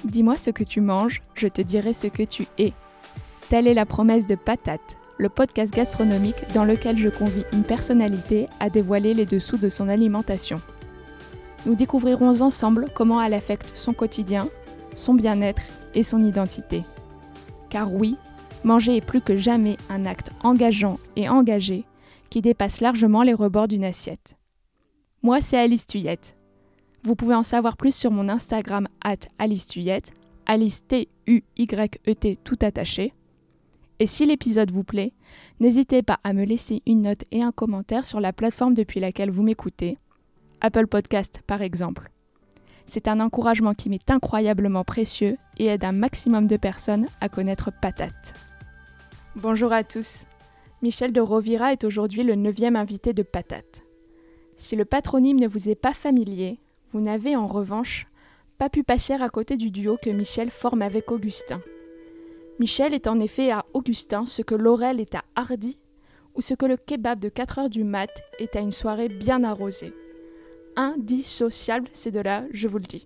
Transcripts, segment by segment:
Dis-moi ce que tu manges, je te dirai ce que tu es. Telle est la promesse de Patate, le podcast gastronomique dans lequel je convie une personnalité à dévoiler les dessous de son alimentation. Nous découvrirons ensemble comment elle affecte son quotidien, son bien-être et son identité. Car oui, manger est plus que jamais un acte engageant et engagé qui dépasse largement les rebords d'une assiette. Moi, c'est Alice Tuyette. Vous pouvez en savoir plus sur mon Instagram @AliceTuyette, Alice T-U-Y-E-T tout attaché. Et si l'épisode vous plaît, n'hésitez pas à me laisser une note et un commentaire sur la plateforme depuis laquelle vous m'écoutez, Apple Podcast par exemple. C'est un encouragement qui m'est incroyablement précieux et aide un maximum de personnes à connaître Patate. Bonjour à tous. Michel de Rovira est aujourd'hui le 9e invité de Patate. Si le patronyme ne vous est pas familier, vous n'avez en revanche pas pu passer à côté du duo que Michel forme avec Augustin. Michel est en effet à Augustin ce que Laurel est à Hardy ou ce que le kebab de 4h du mat est à une soirée bien arrosée. Indissociable, ces deux-là, je vous le dis.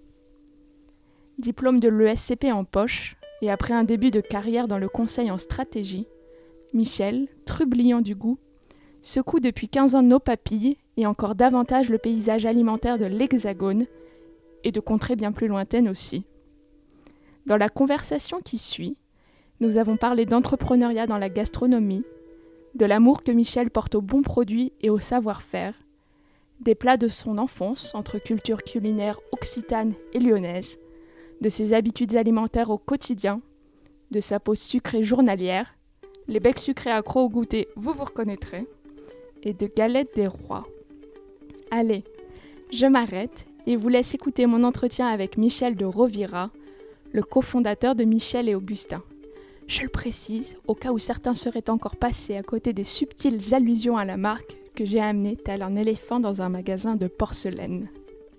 Diplôme de l'ESCP en poche et après un début de carrière dans le conseil en stratégie, Michel, trublion du goût, secoue depuis 15 ans nos papilles et encore davantage le paysage alimentaire de l'Hexagone et de contrées bien plus lointaines aussi. Dans la conversation qui suit, nous avons parlé d'entrepreneuriat dans la gastronomie, de l'amour que Michel porte aux bons produits et au savoir-faire, des plats de son enfance entre culture culinaire occitane et lyonnaise, de ses habitudes alimentaires au quotidien, de sa pause sucrée journalière, les becs sucrés accros au goûter, vous reconnaîtrez, et de galettes des rois. Allez, je m'arrête et vous laisse écouter mon entretien avec Michel de Rovira, le cofondateur de Michel et Augustin. Je le précise, au cas où certains seraient encore passés à côté des subtiles allusions à la marque que j'ai amené tel un éléphant dans un magasin de porcelaine.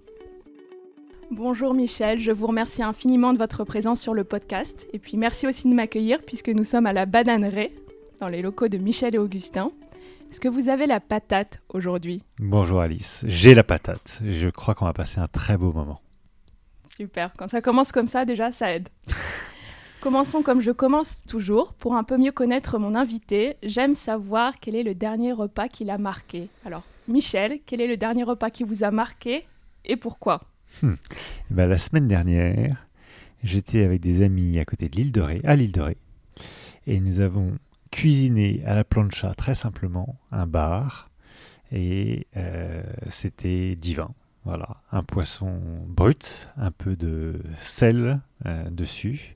Bonjour Michel, je vous remercie infiniment de votre présence sur le podcast et puis merci aussi de m'accueillir puisque nous sommes à la Bananerie, dans les locaux de Michel et Augustin. Est-ce que vous avez la patate aujourd'hui ? Bonjour Alice, j'ai la patate. Je crois qu'on va passer un très beau moment. Super, quand ça commence comme ça déjà ça aide. Commençons comme je commence toujours. Pour un peu mieux connaître mon invité, j'aime savoir quel est le dernier repas qui l'a marqué. Alors Michel, quel est le dernier repas qui vous a marqué et pourquoi ? La semaine dernière, j'étais avec des amis à côté de l'île de Ré, à l'île de Ré, et nous avons cuisiné à la plancha très simplement un bar, et c'était divin. Voilà, un poisson brut, un peu de sel dessus,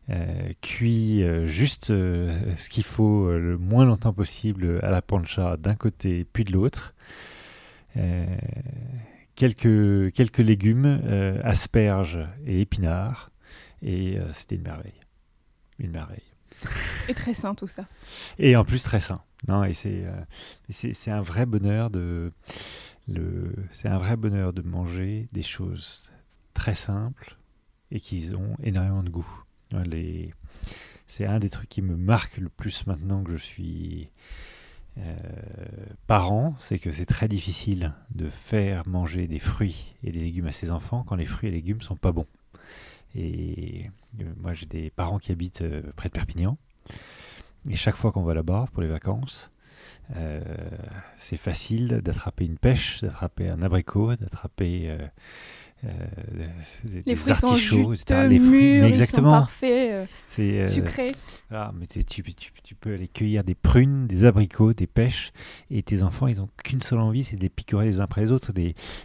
cuit juste ce qu'il faut le moins longtemps possible à la plancha d'un côté puis de l'autre. Quelques légumes, asperges et épinards, et c'était une merveille. Une merveille. Et très sain tout ça. Et en plus très sain. Non, et c'est un vrai bonheur c'est un vrai bonheur de manger des choses très simples et qui ont énormément de goût. C'est un des trucs qui me marque le plus maintenant que je suis parent, c'est que c'est très difficile de faire manger des fruits et des légumes à ses enfants quand les fruits et légumes sont pas bons. Et moi j'ai des parents qui habitent près de Perpignan, et chaque fois qu'on va là-bas pour les vacances, c'est facile d'attraper une pêche, d'attraper un abricot, d'attraper les fruits artichauts, sont juteux, etc. Les fruits, mûrs, mais ils exactement. sont parfaits, sucrés. Voilà, mais tu peux aller cueillir des prunes, des abricots, des pêches, et tes enfants, ils n'ont qu'une seule envie, c'est de les picorer les uns après les autres.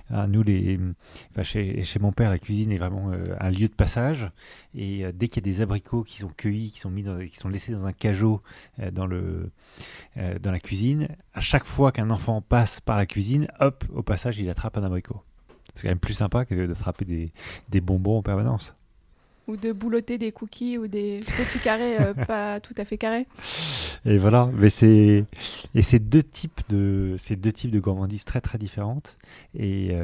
Chez mon père, la cuisine est vraiment un lieu de passage, et dès qu'il y a des abricots qui sont cueillis, qui sont laissés dans un cajot dans la cuisine, à chaque fois qu'un enfant passe par la cuisine, hop, au passage, il attrape un abricot. C'est quand même plus sympa que d'attraper des bonbons en permanence. Ou de boulotter des cookies ou des petits carrés pas tout à fait carrés. Et voilà, mais c'est deux types de gourmandises très très différentes. Et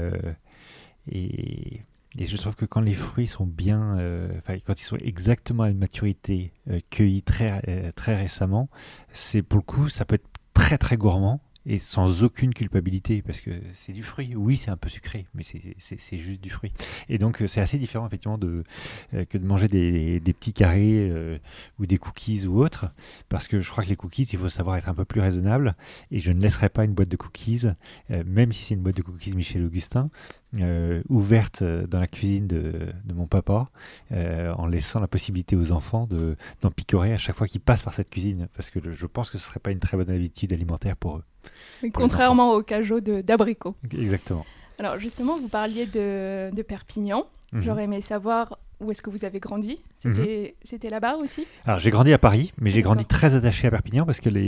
je trouve que quand les fruits sont bien, quand ils sont exactement à une maturité, cueillis très très récemment, c'est pour le coup, ça peut être très très gourmand. et sans aucune culpabilité, parce que c'est du fruit. Oui, c'est un peu sucré, mais c'est juste du fruit. Et donc, c'est assez différent, effectivement, que de manger des petits carrés ou des cookies ou autres, parce que je crois que les cookies, il faut savoir être un peu plus raisonnable, et je ne laisserai pas une boîte de cookies, même si c'est une boîte de cookies Michel Augustin, ouverte dans la cuisine de mon papa, en laissant la possibilité aux enfants d'en picorer à chaque fois qu'ils passent par cette cuisine, parce que je pense que ce ne serait pas une très bonne habitude alimentaire pour eux. Oui, contrairement au cajot d'abricots. Exactement. Alors justement, vous parliez de Perpignan. J'aurais aimé savoir où est-ce que vous avez grandi. C'était là-bas aussi? Alors j'ai grandi à Paris, mais j'ai grandi très attaché à Perpignan parce que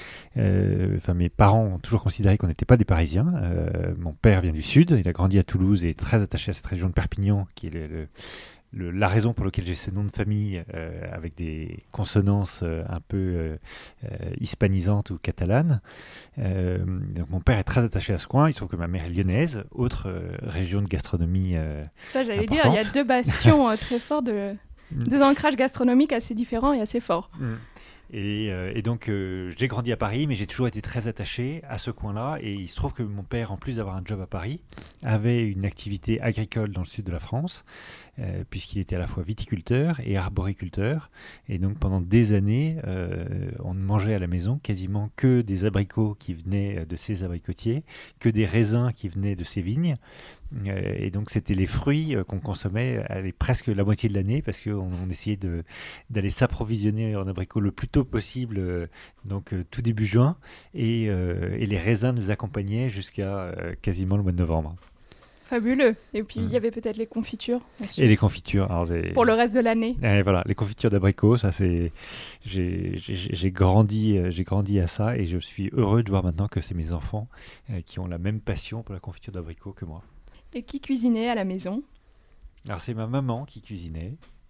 mes parents ont toujours considéré qu'on n'était pas des Parisiens. Mon père vient du Sud, il a grandi à Toulouse et est très attaché à cette région de Perpignan, qui est la raison pour laquelle j'ai ce nom de famille avec des consonances un peu hispanisantes ou catalanes. Donc mon père est très attaché à ce coin. Il se trouve que ma mère est lyonnaise, autre région de gastronomie ça, j'allais importante. dire, il y a deux bastions très forts, deux ancrages gastronomiques assez différents et assez forts. Et donc j'ai grandi à Paris, mais j'ai toujours été très attaché à ce coin-là. Et il se trouve que mon père, en plus d'avoir un job à Paris, avait une activité agricole dans le sud de la France, puisqu'il était à la fois viticulteur et arboriculteur. Et donc pendant des années, on ne mangeait à la maison quasiment que des abricots qui venaient de ses abricotiers, que des raisins qui venaient de ses vignes. Et donc c'était les fruits qu'on consommait presque la moitié de l'année, parce qu'on essayait d'aller s'approvisionner en abricots le plus tôt possible, tout début juin, et les raisins nous accompagnaient jusqu'à quasiment le mois de novembre. Fabuleux. Et puis il y avait peut-être les confitures ensuite. Et les confitures. Alors, pour le reste de l'année. Et voilà, les confitures d'abricots, ça c'est. J'ai grandi à ça, et je suis heureux de voir maintenant que c'est mes enfants qui ont la même passion pour la confiture d'abricots que moi. Et qui cuisinait à la maison? Alors c'est ma maman qui cuisinait.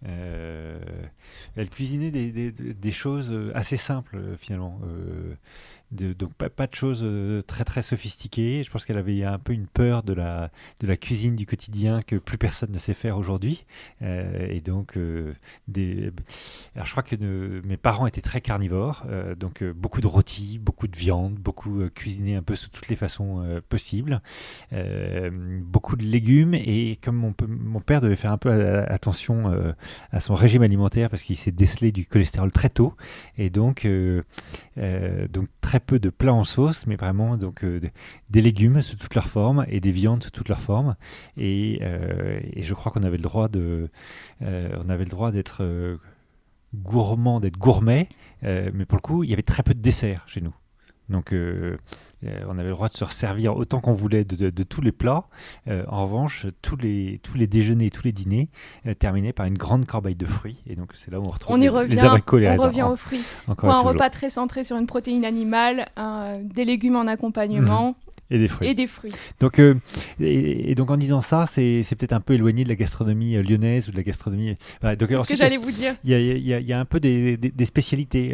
Elle cuisinait des choses assez simples finalement. Donc pas de choses très très sophistiquées. Je pense qu'elle avait un peu une peur de la cuisine du quotidien que plus personne ne sait faire aujourd'hui. Et donc alors je crois que mes parents étaient très carnivores, donc beaucoup de rôtis, beaucoup de viande, beaucoup cuisiné un peu sous toutes les façons possibles, beaucoup de légumes. Et comme mon père devait faire un peu attention à son régime alimentaire parce qu'il s'est décelé du cholestérol très tôt, et donc très peu de plats en sauce, mais vraiment des légumes sous toutes leurs formes et des viandes sous toutes leurs formes. Et je crois qu'on avait le droit d'être gourmand, d'être gourmet, mais pour le coup, il y avait très peu de desserts chez nous. Donc on avait le droit de se resservir autant qu'on voulait de tous les plats. En revanche, tous les déjeuners et tous les dîners terminaient par une grande corbeille de fruits. Et donc c'est là où on retrouve les abricots et les raisins. On revient aux fruits. Pour un repas très centré sur une protéine animale, des légumes en accompagnement. Et des fruits. Donc, donc en disant ça, c'est peut-être un peu éloigné de la gastronomie lyonnaise ou de la gastronomie. C'est ce que j'allais vous dire. Il y a un peu des spécialités.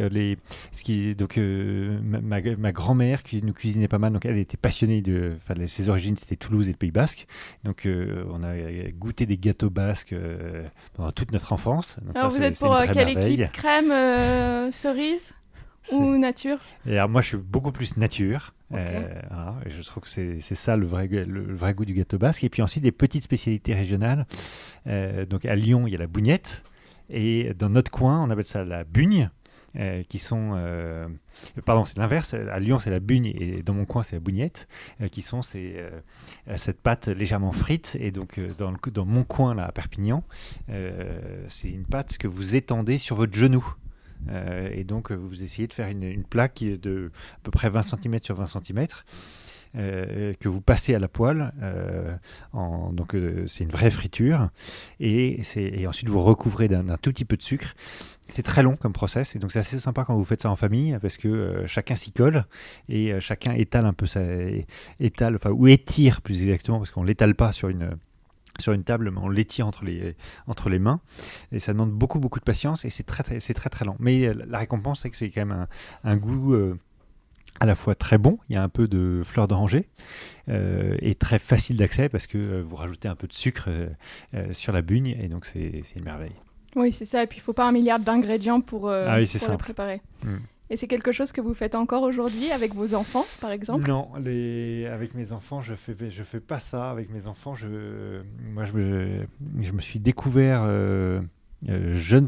Ma grand-mère qui nous cuisinait pas mal, donc elle était passionnée ses origines c'était Toulouse et le Pays Basque. Donc on a goûté des gâteaux basques pendant toute notre enfance. Donc alors vous êtes pour quelle équipe? Crème, cerise ou nature? Et alors moi je suis beaucoup plus nature. Okay. Et je trouve que c'est ça le vrai goût du gâteau basque. Et puis ensuite des petites spécialités régionales. Donc à Lyon il y a la bougnette, et dans notre coin on appelle ça la bugne, qui sont pardon, c'est l'inverse. À Lyon c'est la bugne et dans mon coin c'est la bougnette, qui sont cette pâte légèrement frite. Et donc dans mon coin là à Perpignan, c'est une pâte que vous étendez sur votre genou. Et donc vous essayez de faire une plaque qui est de à peu près 20 cm sur 20 cm, que vous passez à la poêle, donc c'est une vraie friture, et ensuite vous recouvrez d'un tout petit peu de sucre. C'est très long comme process, et donc c'est assez sympa quand vous faites ça en famille, parce que chacun s'y colle, et chacun étale un peu ou étire plus exactement, parce qu'on l'étale pas sur une table, mais on l'étire entre les mains, et ça demande beaucoup de patience, et c'est très très lent. Mais la récompense, c'est que c'est quand même un goût à la fois très bon, il y a un peu de fleur d'oranger, et très facile d'accès, parce que vous rajoutez un peu de sucre sur la bugne, et donc c'est une merveille. Oui, c'est ça, et puis il ne faut pas 1 milliard d'ingrédients pour le préparer. Et c'est quelque chose que vous faites encore aujourd'hui avec vos enfants, par exemple? Non, avec mes enfants, je fais pas ça. Avec mes enfants, je me suis découvert jeune.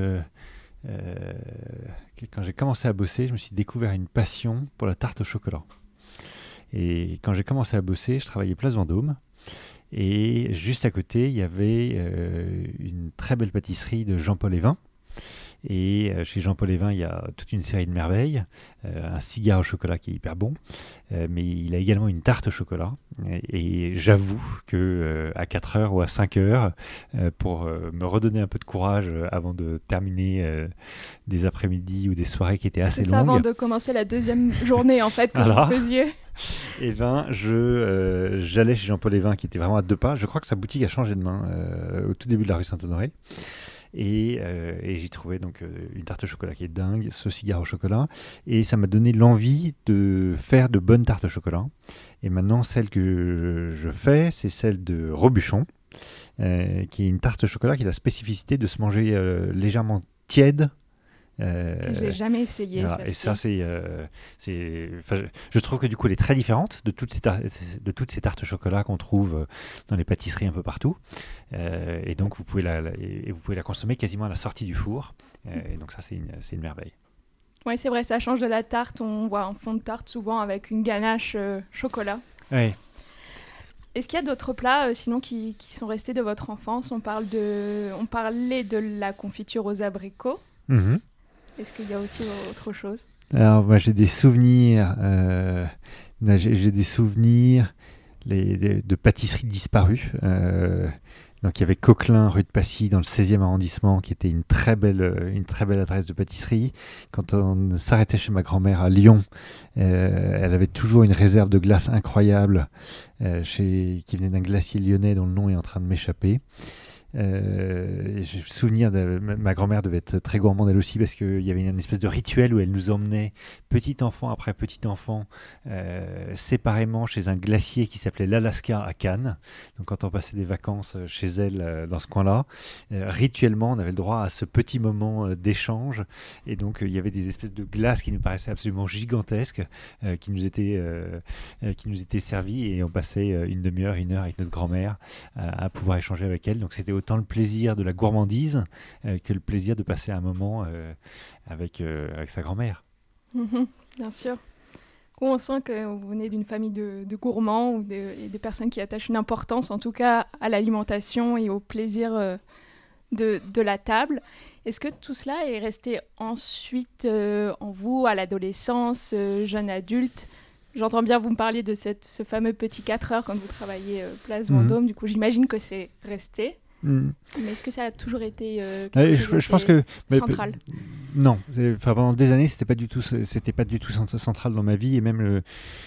Quand j'ai commencé à bosser, je me suis découvert une passion pour la tarte au chocolat. Et quand j'ai commencé à bosser, je travaillais Place Vendôme. Et juste à côté, il y avait une très belle pâtisserie de Jean-Paul Evin. Et chez Jean-Paul Evin, il y a toute une série de merveilles. Un cigare au chocolat qui est hyper bon. Mais il a également une tarte au chocolat. Et j'avoue qu'à 4 heures ou à 5 heures, pour me redonner un peu de courage avant de terminer des après-midi ou des soirées qui étaient assez C'est ça, longues. avant de commencer la deuxième journée, en fait, que Voilà. vous faisiez. Et ben, j'allais chez Jean-Paul Evin, qui était vraiment à 2 pas. Je crois que sa boutique a changé de main au tout début de la rue Saint-Honoré. Et j'y trouvais donc une tarte au chocolat qui est dingue, ce cigare au chocolat. Et ça m'a donné l'envie de faire de bonnes tartes au chocolat. Et maintenant, celle que je fais, c'est celle de Robuchon, qui est une tarte au chocolat qui a la spécificité de se manger légèrement tiède. J'ai jamais essayé voilà. celle-ci. Et ça, je trouve que du coup, elle est très différente de toutes ces tartes au chocolat qu'on trouve dans les pâtisseries un peu partout. Et donc, vous pouvez la consommer quasiment à la sortie du four. Et donc, ça, c'est une merveille. Oui, c'est vrai, ça change de la tarte. On voit un fond de tarte souvent avec une ganache chocolat. Ouais. Est-ce qu'il y a d'autres plats sinon qui sont restés de votre enfance? On parlait de la confiture aux abricots. Mm-hmm. Est-ce qu'il y a aussi autre chose? Alors, moi, j'ai des souvenirs. J'ai des souvenirs de pâtisseries disparues. Donc, il y avait Coquelin, rue de Passy, dans le 16e arrondissement, qui était une très belle adresse de pâtisserie. Quand on s'arrêtait chez ma grand-mère à Lyon, elle avait toujours une réserve de glace incroyable qui venait d'un glacier lyonnais dont le nom est en train de m'échapper. J'ai le souvenir ma grand-mère devait être très gourmande elle aussi, parce qu'il y avait une espèce de rituel où elle nous emmenait petit enfant après petit enfant séparément chez un glacier qui s'appelait l'Alaska à Cannes. Donc quand on passait des vacances chez elle dans ce coin-là, rituellement on avait le droit à ce petit moment d'échange, et donc il y avait des espèces de glaces qui nous paraissaient absolument gigantesques qui nous étaient servies, et on passait une demi-heure, 1 heure avec notre grand-mère à pouvoir échanger avec elle. Donc c'était autant le plaisir de la gourmandise que le plaisir de passer un moment avec sa grand-mère. Bien sûr. On sent que vous venez d'une famille de gourmands ou des personnes qui attachent une importance, en tout cas, à l'alimentation et au plaisir de la table. Est-ce que tout cela est resté ensuite en vous, à l'adolescence, jeune adulte? J'entends bien, vous me parliez de ce fameux petit 4 heures quand vous travailliez Place Vendôme. Du coup, j'imagine que c'est resté. Mais est-ce que ça a toujours été je pense que central? Non, pendant des années, c'était pas du tout central dans ma vie, et même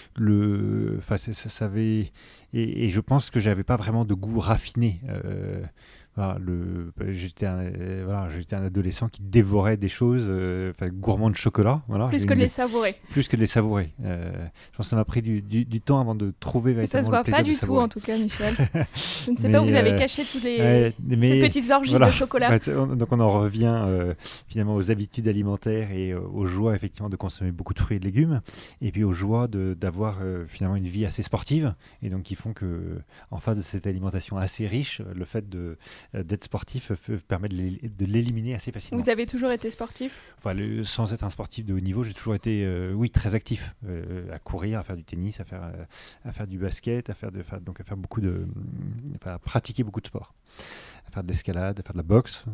ça avait, et je pense que j'avais pas vraiment de goût raffiné. Voilà, j'étais un adolescent qui dévorait des choses, gourmand de chocolat. Voilà, plus que de les savourer. Plus que de les savourer. Je pense que ça m'a pris du temps avant de trouver véritablement le plaisir de savourer. Ça se voit pas du tout, en tout cas, Michel. Je ne sais pas où vous avez caché tous ces petites orgies de chocolat. Donc on en revient finalement aux habitudes alimentaires et aux joies effectivement de consommer beaucoup de fruits et de légumes, et puis aux joies d'avoir finalement une vie assez sportive, et donc qui font que en face de cette alimentation assez riche, le fait d'être sportif permet de l'éliminer assez facilement. Vous avez toujours été sportif? Sans être un sportif de haut niveau, j'ai toujours été très actif, à courir, à faire du tennis, à faire du basket, à pratiquer beaucoup de sport, à faire de l'escalade, à faire de la boxe.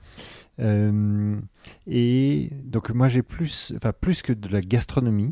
Et donc moi j'ai plus que de la gastronomie,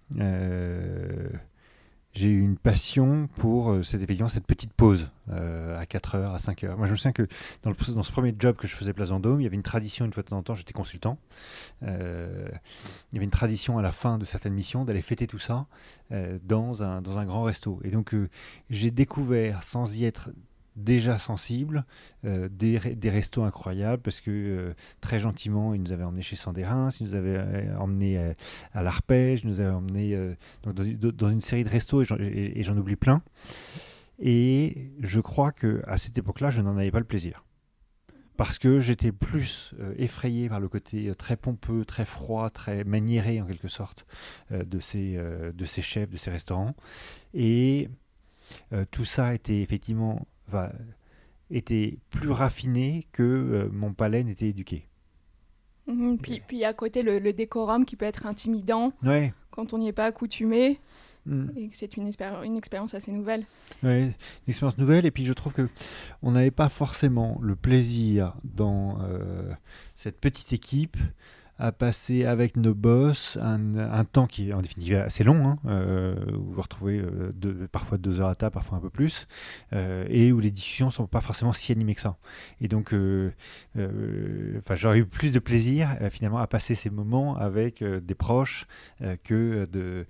j'ai eu une passion pour cette petite pause à 4 heures, à 5 heures. Moi, je me souviens que dans ce premier job que je faisais Place Vendôme, il y avait une tradition, une fois de temps en temps, j'étais consultant. Il y avait une tradition à la fin de certaines missions d'aller fêter tout ça dans un grand resto. Et donc, j'ai découvert, sans y être déjà sensible, des restos incroyables, parce que très gentiment ils nous avaient emmenés chez Sandérins, ils nous avaient emmenés à l'Arpège, ils nous avaient emmenés dans une série de restos, et j'en oublie plein, et je crois qu'à cette époque-là je n'en avais pas le plaisir. parce que j'étais plus effrayé par le côté très pompeux, très froid, très maniéré en quelque sorte de ces chefs, de ces restaurants. Et tout ça était effectivement était plus raffiné que mon palais n'était éduqué. Puis à côté, le décorum qui peut être intimidant Ouais. quand on n'y est pas accoutumé. Et que c'est une expérience assez nouvelle. Ouais, une expérience nouvelle. Et puis je trouve qu'on n'avait pas forcément le plaisir dans cette petite équipe à passer avec nos boss un temps qui est en définitive assez long, hein, où vous retrouvez parfois 2 heures à table, parfois un peu plus, et où les discussions ne sont pas forcément si animées que ça. Et donc, j'aurais eu plus de plaisir finalement à passer ces moments avec des proches que de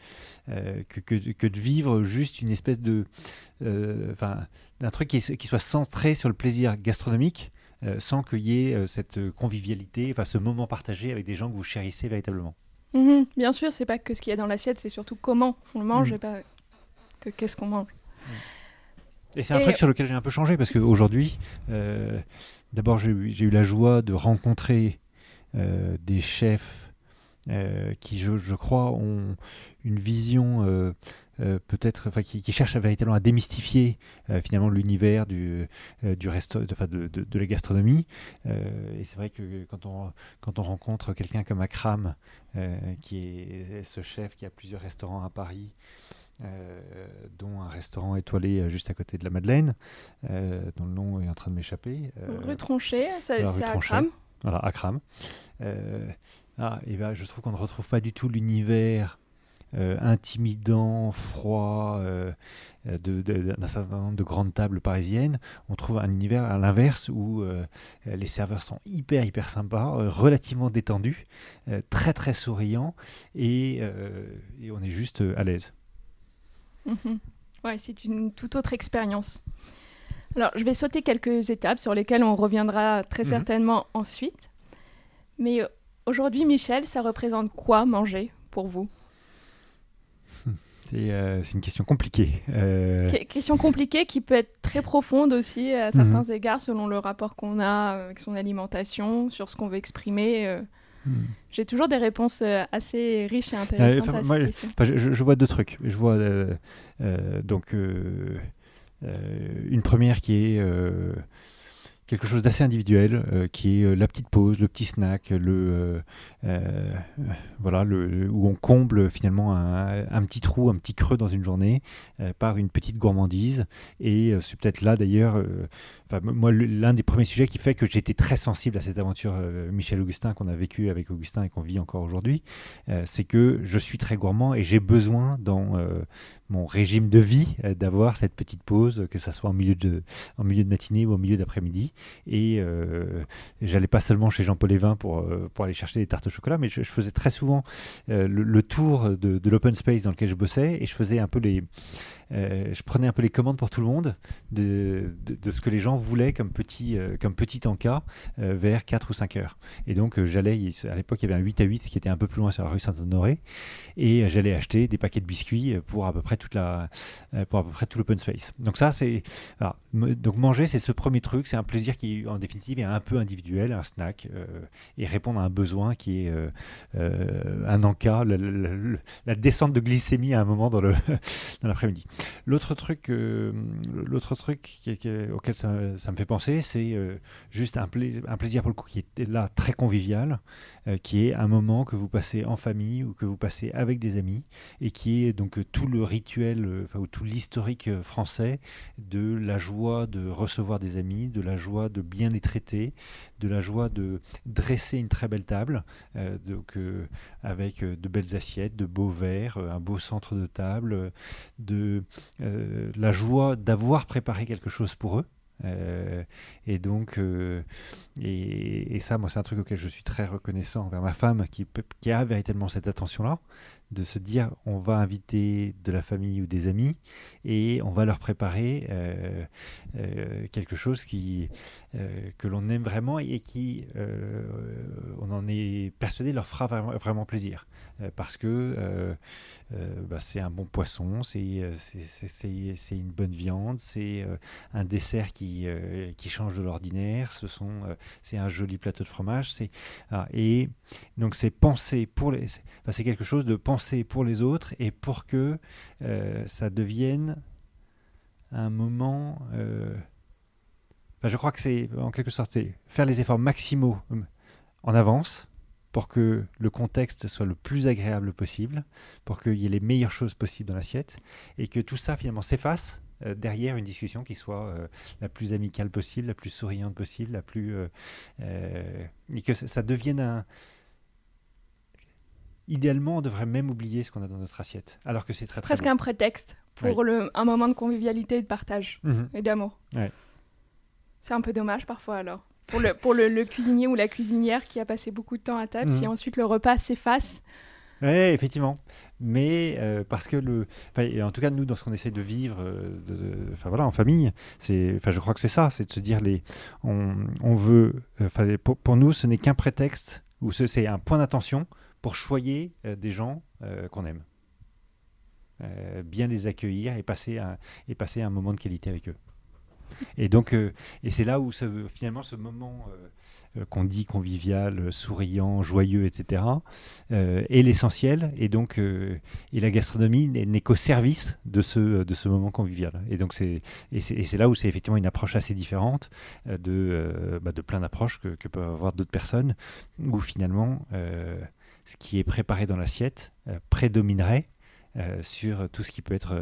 vivre juste une espèce d'un truc qui soit centré sur le plaisir gastronomique, sans qu'il y ait cette convivialité, ce moment partagé avec des gens que vous chérissez véritablement. Bien sûr, c'est pas que ce qu'il y a dans l'assiette, c'est surtout comment on le mange et pas que qu'est-ce qu'on mange. Et c'est un truc sur lequel j'ai un peu changé, parce qu'aujourd'hui, d'abord j'ai eu la joie de rencontrer des chefs qui, je crois, ont une vision peut-être, qui cherchent véritablement à démystifier finalement l'univers de la gastronomie. Et c'est vrai que quand on rencontre quelqu'un comme Akram, qui est ce chef qui a plusieurs restaurants à Paris, dont un restaurant étoilé juste à côté de la Madeleine, dont le nom est en train de m'échapper. Rue Tronchet, c'est Akram. Voilà, Akram. Je trouve qu'on ne retrouve pas du tout l'univers intimidant, froid d'un certain nombre de grandes tables parisiennes. On trouve un univers à l'inverse où les serveurs sont hyper sympas, relativement détendus, très très souriants, et on est juste à l'aise. Ouais, c'est une toute autre expérience. Alors, je vais sauter quelques étapes sur lesquelles on reviendra très certainement ensuite. Mais aujourd'hui, Michel, ça représente quoi manger pour vous ? C'est une question compliquée. Question compliquée qui peut être très profonde aussi à certains égards selon le rapport qu'on a avec son alimentation, sur ce qu'on veut exprimer. J'ai toujours des réponses assez riches et intéressantes à cette question. Je vois 2 trucs. Je vois une première qui est quelque chose d'assez individuel, qui est la petite pause, le petit snack, où on comble finalement un petit trou, un petit creux dans une journée par une petite gourmandise. Et c'est peut-être là d'ailleurs, moi, l'un des premiers sujets qui fait que j'ai été très sensible à cette aventure Michel Augustin qu'on a vécue avec Augustin et qu'on vit encore aujourd'hui, c'est que je suis très gourmand et j'ai besoin dans mon régime de vie d'avoir cette petite pause, que ça soit en milieu de matinée ou au milieu d'après-midi. Et j'allais pas seulement chez Jean-Paul Evin pour aller chercher des tartes au chocolat, mais je faisais très souvent le tour de l'open space dans lequel je bossais, et je faisais un peu je prenais un peu les commandes pour tout le monde de ce que les gens voulaient comme petit encas vers 4 ou 5 heures. Et donc j'allais, à l'époque il y avait un 8 à 8 qui était un peu plus loin sur la rue Saint-Honoré, et j'allais acheter des paquets de biscuits pour à peu près tout l'open space. Donc ça donc manger, c'est ce premier truc, c'est un plaisir qui en définitive est un peu individuel, un snack, et répondre à un besoin qui est un encas, la descente de glycémie à un moment dans l'après-midi. L'autre truc auquel ça me fait penser, c'est juste un plaisir pour le coup qui est là très convivial, qui est un moment que vous passez en famille ou que vous passez avec des amis, et qui est donc tout le rituel, ou tout l'historique français de la joie de recevoir des amis, de la joie de bien les traiter, de la joie de dresser une très belle table, avec de belles assiettes, de beaux verres, un beau centre de table, de la joie d'avoir préparé quelque chose pour eux. Et donc et ça, moi, c'est un truc auquel je suis très reconnaissant envers ma femme, qui a véritablement cette attention-là, de se dire on va inviter de la famille ou des amis et on va leur préparer quelque chose que l'on aime vraiment et qui, on en est persuadé, leur fera vraiment plaisir. Parce que c'est un bon poisson, c'est une bonne viande, c'est un dessert qui change de l'ordinaire, c'est un joli plateau de fromage. Et donc c'est penser c'est quelque chose de penser pour les autres et pour que ça devienne un moment... je crois que c'est, en quelque sorte, c'est faire les efforts maximaux en avance pour que le contexte soit le plus agréable possible, pour qu'il y ait les meilleures choses possibles dans l'assiette, et que tout ça, finalement, s'efface derrière une discussion qui soit la plus amicale possible, la plus souriante possible, et que ça devienne Idéalement, on devrait même oublier ce qu'on a dans notre assiette, alors que c'est très presque bon. Un prétexte pour un moment de convivialité et de partage et d'amour. Ouais. C'est un peu dommage parfois alors. Pour le cuisinier ou la cuisinière qui a passé beaucoup de temps à table, si ensuite le repas s'efface. Oui, effectivement. Mais parce que en tout cas, nous, dans ce qu'on essaie de vivre en famille, je crois que c'est ça, c'est de se dire on veut... pour nous, ce n'est qu'un prétexte, ou c'est un point d'attention pour choyer des gens qu'on aime. Bien les accueillir et passer un moment de qualité avec eux. Et donc, et c'est là où finalement ce moment qu'on dit convivial, souriant, joyeux, etc., est l'essentiel. Et donc, et la gastronomie n'est qu'au service de ce moment convivial. Et donc, c'est là où c'est effectivement une approche assez différente de plein d'approches que peuvent avoir d'autres personnes, où finalement, ce qui est préparé dans l'assiette prédominerait sur tout ce qui peut être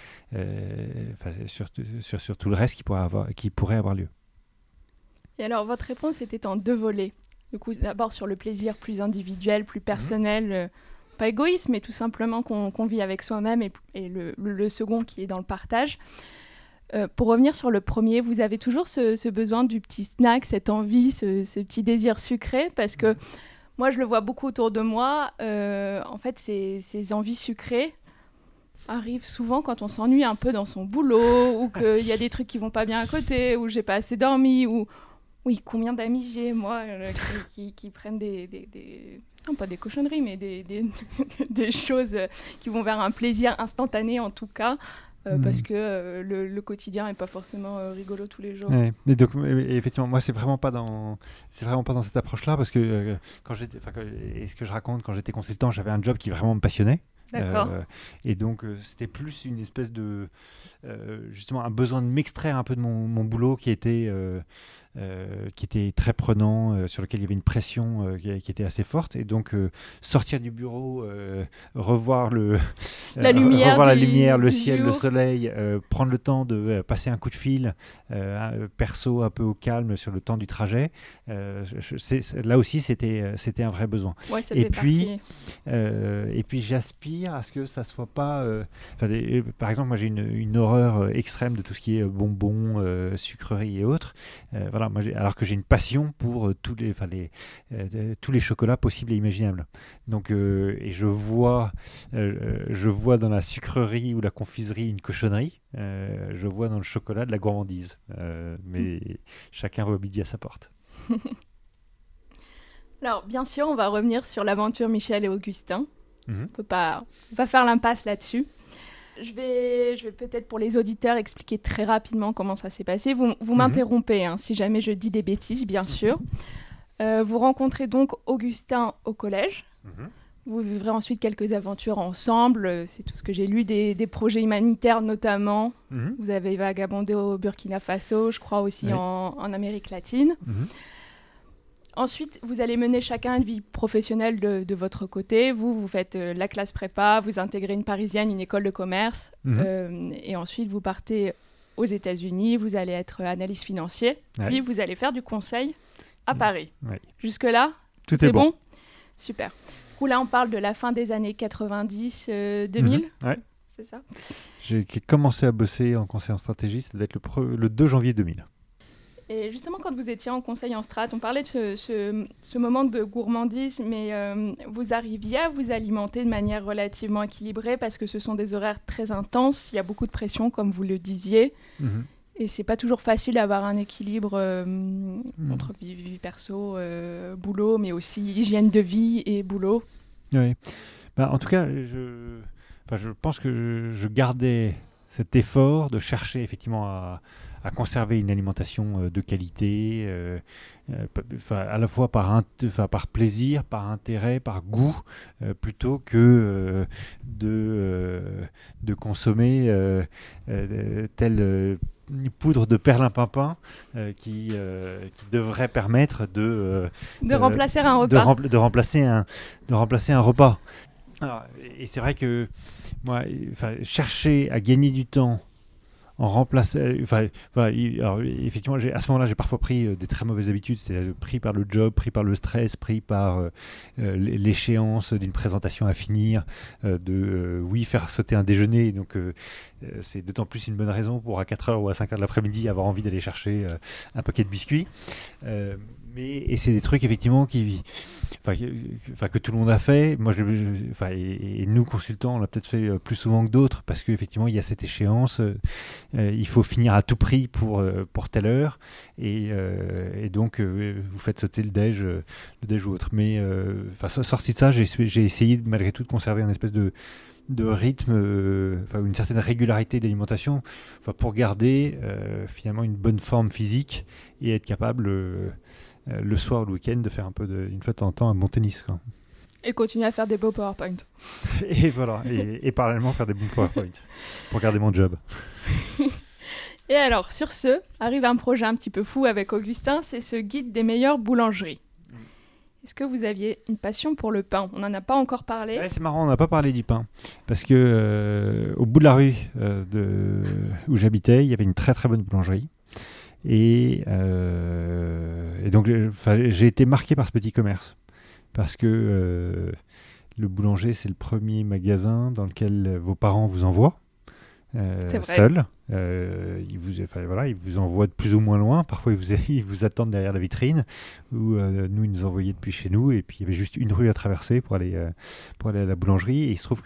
sur tout le reste qui pourrait avoir lieu. Et alors votre réponse était en 2 volets. Du coup, d'abord sur le plaisir plus individuel, plus personnel, pas égoïste, mais tout simplement qu'on vit avec soi-même, et le second qui est dans le partage. Pour revenir sur le premier, vous avez toujours ce besoin du petit snack, cette envie, ce petit désir sucré, parce que moi, je le vois beaucoup autour de moi. En fait, ces envies sucrées arrivent souvent quand on s'ennuie un peu dans son boulot, ou qu'il y a des trucs qui vont pas bien à côté, ou j'ai pas assez dormi, ou... Oui, combien d'amis j'ai, moi, qui prennent non, pas des cochonneries, mais des choses qui vont vers un plaisir instantané, en tout cas, parce que le quotidien n'est pas forcément rigolo tous les jours. Ouais. Et donc, effectivement, moi, c'est vraiment pas dans cette approche-là, parce que et ce que je raconte, quand j'étais consultant, j'avais un job qui vraiment me passionnait. D'accord. Et donc, c'était plus une espèce de... justement, un besoin de m'extraire un peu de mon boulot qui était très prenant, sur lequel il y avait une pression qui était assez forte. Et donc, sortir du bureau, revoir la lumière, le ciel, jour. le soleil, prendre le temps de passer un coup de fil perso un peu au calme sur le temps du trajet. Là aussi, c'était un vrai besoin. Ouais, ça fait partie. Et puis, j'aspire à ce que ça soit pas... par exemple, moi, j'ai une horreur extrême de tout ce qui est bonbons, sucreries et autres. Moi, alors que j'ai une passion pour tous les chocolats possibles et imaginables. Donc, et je vois dans la sucrerie ou la confiserie une cochonnerie. Je vois dans le chocolat de la gourmandise. Mais chacun voit midi à sa porte. Alors, bien sûr, on va revenir sur l'aventure Michel et Augustin. Mm-hmm. On peut pas faire l'impasse là-dessus. Je vais peut-être pour les auditeurs expliquer très rapidement comment ça s'est passé. Vous m'interrompez si jamais je dis des bêtises, bien sûr. Vous rencontrez donc Augustin au collège. Mm-hmm. Vous vivrez ensuite quelques aventures ensemble. C'est tout ce que j'ai lu, des projets humanitaires notamment. Mm-hmm. Vous avez vagabondé au Burkina Faso, je crois aussi en Amérique latine. Mm-hmm. Ensuite, vous allez mener chacun une vie professionnelle de votre côté. Vous faites la classe prépa, vous intégrez une parisienne, une école de commerce. Et ensuite, vous partez aux États-Unis, vous allez être analyste financier. Puis, vous allez faire du conseil à Paris. Ouais. Jusque-là, tout est bon. Super. Du coup, là, on parle de la fin des années 90-2000. Ouais. C'est ça. J'ai commencé à bosser en conseil en stratégie, ça devait être le 2 janvier 2000. Et justement, quand vous étiez en conseil en strat, on parlait de ce moment de gourmandise, mais vous arriviez à vous alimenter de manière relativement équilibrée parce que ce sont des horaires très intenses, il y a beaucoup de pression, comme vous le disiez, et c'est pas toujours facile d'avoir un équilibre entre vie perso, boulot, mais aussi hygiène de vie et boulot. Oui. En tout cas, je pense que je gardais cet effort de chercher effectivement à conserver une alimentation de qualité, à la fois par plaisir, par intérêt, par goût, plutôt que de consommer telle poudre de perlimpinpin qui devrait permettre de remplacer un repas. De remplacer un repas. Alors, et c'est vrai que moi, chercher à gagner du temps en remplaçant... alors, effectivement, à ce moment-là, j'ai parfois pris des très mauvaises habitudes, c'est-à-dire pris par le job, pris par le stress, pris par l'échéance d'une présentation à finir, faire sauter un déjeuner. Donc, c'est d'autant plus une bonne raison pour à 4h ou à 5h de l'après-midi avoir envie d'aller chercher un paquet de biscuits. Et c'est des trucs effectivement que tout le monde a fait. Moi, et nous consultants, on l'a peut-être fait plus souvent que d'autres parce qu'effectivement, il y a cette échéance. Il faut finir à tout prix pour telle heure, et donc vous faites sauter le déj ou autre. Mais sorti de ça, j'ai essayé malgré tout de conserver une espèce de rythme, une certaine régularité d'alimentation, pour garder finalement une bonne forme physique et être capable le soir ou le week-end de faire un peu une fois de temps en temps un bon tennis, quoi. Et continuer à faire des beaux PowerPoint. Et voilà, et parallèlement faire des bons PowerPoint pour garder mon job. Et alors, sur ce, arrive un projet un petit peu fou avec Augustin, c'est ce guide des meilleures boulangeries. Est-ce que vous aviez une passion pour le pain ? On n'en a pas encore parlé. Ouais, c'est marrant, on n'a pas parlé du pain. Parce que au bout de la rue où j'habitais, il y avait une très très bonne boulangerie. Et donc j'ai été marqué par ce petit commerce. Parce que le boulanger, c'est le premier magasin dans lequel vos parents vous envoient. Seuls. Ils vous envoient de plus ou moins loin. Parfois, ils vous attendent derrière la vitrine. Ou nous, ils nous envoyaient depuis chez nous. Et puis, il y avait juste une rue à traverser pour aller à la boulangerie. Et il se trouve que